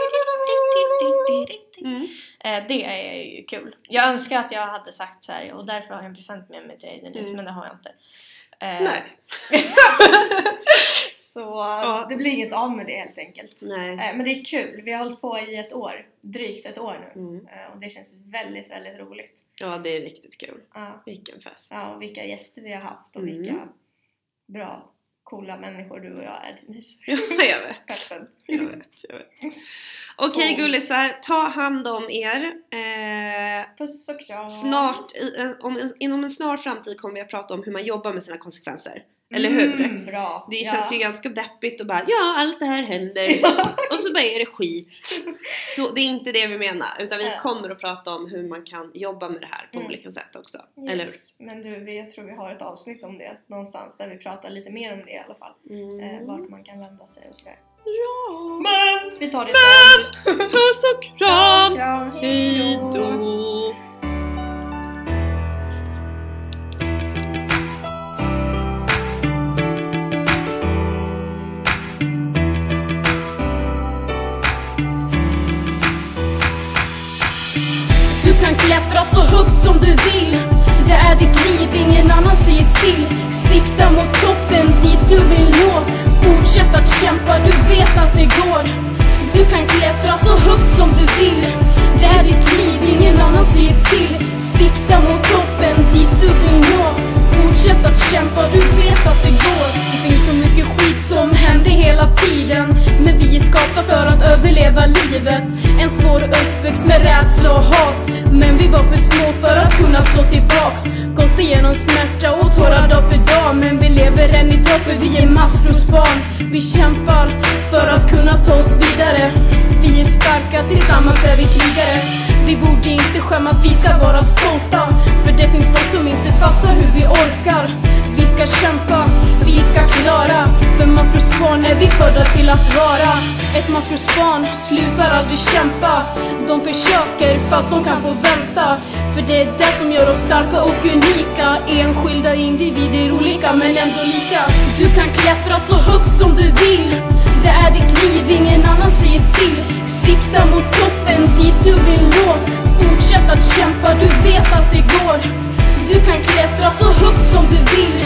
Speaker 2: Mm. Det är ju kul. Jag önskar att jag hade sagt så här, och därför har jag en present med mig till dig, Denise, mm. men det har jag inte.
Speaker 1: Nej.
Speaker 2: Så ja. det blir inget av med det helt enkelt.
Speaker 1: Nej.
Speaker 2: Men det är kul. Vi har hållit på i ett år. Drygt ett år nu. Mm. Och det känns väldigt, väldigt roligt.
Speaker 1: Ja, det är riktigt kul. Ja. Vilken fest.
Speaker 2: Ja, och vilka gäster vi har haft. Och mm. vilka bra, coola människor du och jag är, Denise.
Speaker 1: Ja, jag vet. jag vet, jag vet. Okej, okay, gullisar. Ta hand om er. Eh,
Speaker 2: Puss och kram.
Speaker 1: Snart, i, om, inom en snar framtid kommer vi att prata om hur man jobbar med sina konsekvenser. Eller hur?
Speaker 2: Mm, bra.
Speaker 1: Det känns ja. ju ganska deppigt och bara, ja, allt det här händer. Och så bara är det skit. Så det är inte det vi menar. Utan vi ja. kommer att prata om hur man kan jobba med det här på mm. olika sätt också.
Speaker 2: Yes.
Speaker 1: Eller hur?
Speaker 2: Men du, jag tror vi har ett avsnitt om det någonstans där vi pratar lite mer om det i alla fall. Mm. Eh, vart man kan vända sig och sådär.
Speaker 1: Ja.
Speaker 2: Men vi tar det
Speaker 1: sen. Puss och kram.
Speaker 2: kram.
Speaker 1: Hej då.
Speaker 3: Klättra så högt som du vill. Det är ditt liv, ingen annan säger till. Sikta mot toppen, dit du vill nå. Fortsätt att kämpa, du vet att det går. Du kan klättra så högt som du vill. Det är ditt liv, ingen annan säger till. Sikta mot toppen, dit du vill nå. Fortsätt att kämpa, du vet att det går. Det finns så mycket skit som händer hela tiden. Men vi är skapta för att överleva livet. En svår uppväxt med rädsla och hat. Men vi var för små för att kunna slå tillbaks. Gått igenom smärta och tårar dag för dag. Men vi lever än idag för vi är maskrosbarn. Vi kämpar för att kunna ta oss vidare. Vi är starka, tillsammans är vi krigare. Vi borde inte skämmas, vi ska vara stolta. För det finns folk som inte fattar hur vi orkar. Vi ska kämpa, vi ska klara. För maskrosbarn är vi födda till att vara. Ett maskrosbarn slutar aldrig kämpa. De försöker fast de kan få vänta. För det är det som gör oss starka och unika. Enskilda individer olika men ändå lika. Du kan klättra så högt som du vill. Det är ditt liv, ingen annan säger till. Sikta mot toppen, dit du vill nå. Fortsätt att kämpa, du vet att det går. Du kan klättra så högt som du vill.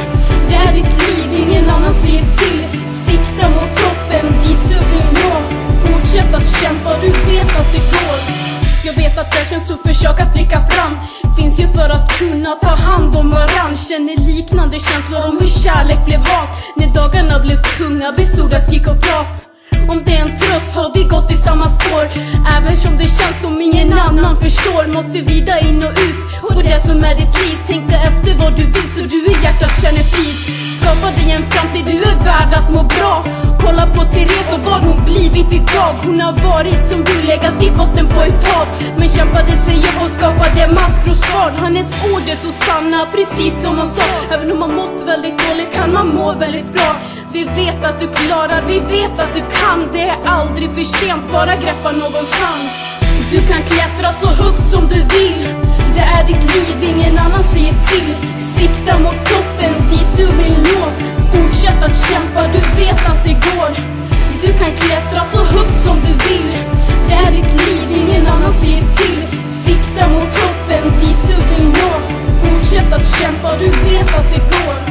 Speaker 3: Det är ditt liv, ingen annan säger till. Sikta mot toppen, dit du vill nå. Fortsätt att kämpa, du vet att det går. Jag vet att det känns tufft, försök att blicka fram. Finns ju för att kunna ta hand om varann. Känner liknande känslor om hur kärlek blev hat. När dagarna blev tunga bestod av skrik och prat. Om det är en tröst har vi gått i samma spår. Även som det känns som ingen annan förstår. Måste vida in och ut på det som är ditt liv. Tänk dig efter vad du vill så du i hjärtat känner frid. Skapa dig en framtid, du är värd att må bra. Kolla på Therese och vad hon blivit idag. Hon har varit som du, legat i botten på ett hav. Men kämpade sig upp och skapade maskrosbarn. Hennes ord är så sanna, precis som hon sa. Även om man mått väldigt dåligt kan man må väldigt bra. Vi vet att du klarar, vi vet att du kan. Det är aldrig för sent, bara greppa någons hand. Du kan klättra så högt som du vill. Det är ditt liv, ingen annan säger till. Sikta mot toppen, dit du vill nå. Fortsätt att kämpa, du vet att det går. Du kan klättra så högt som du vill. Det är ditt liv, ingen annan säger till. Sikta mot toppen, dit du vill nå. Fortsätt att kämpa, du vet att det går.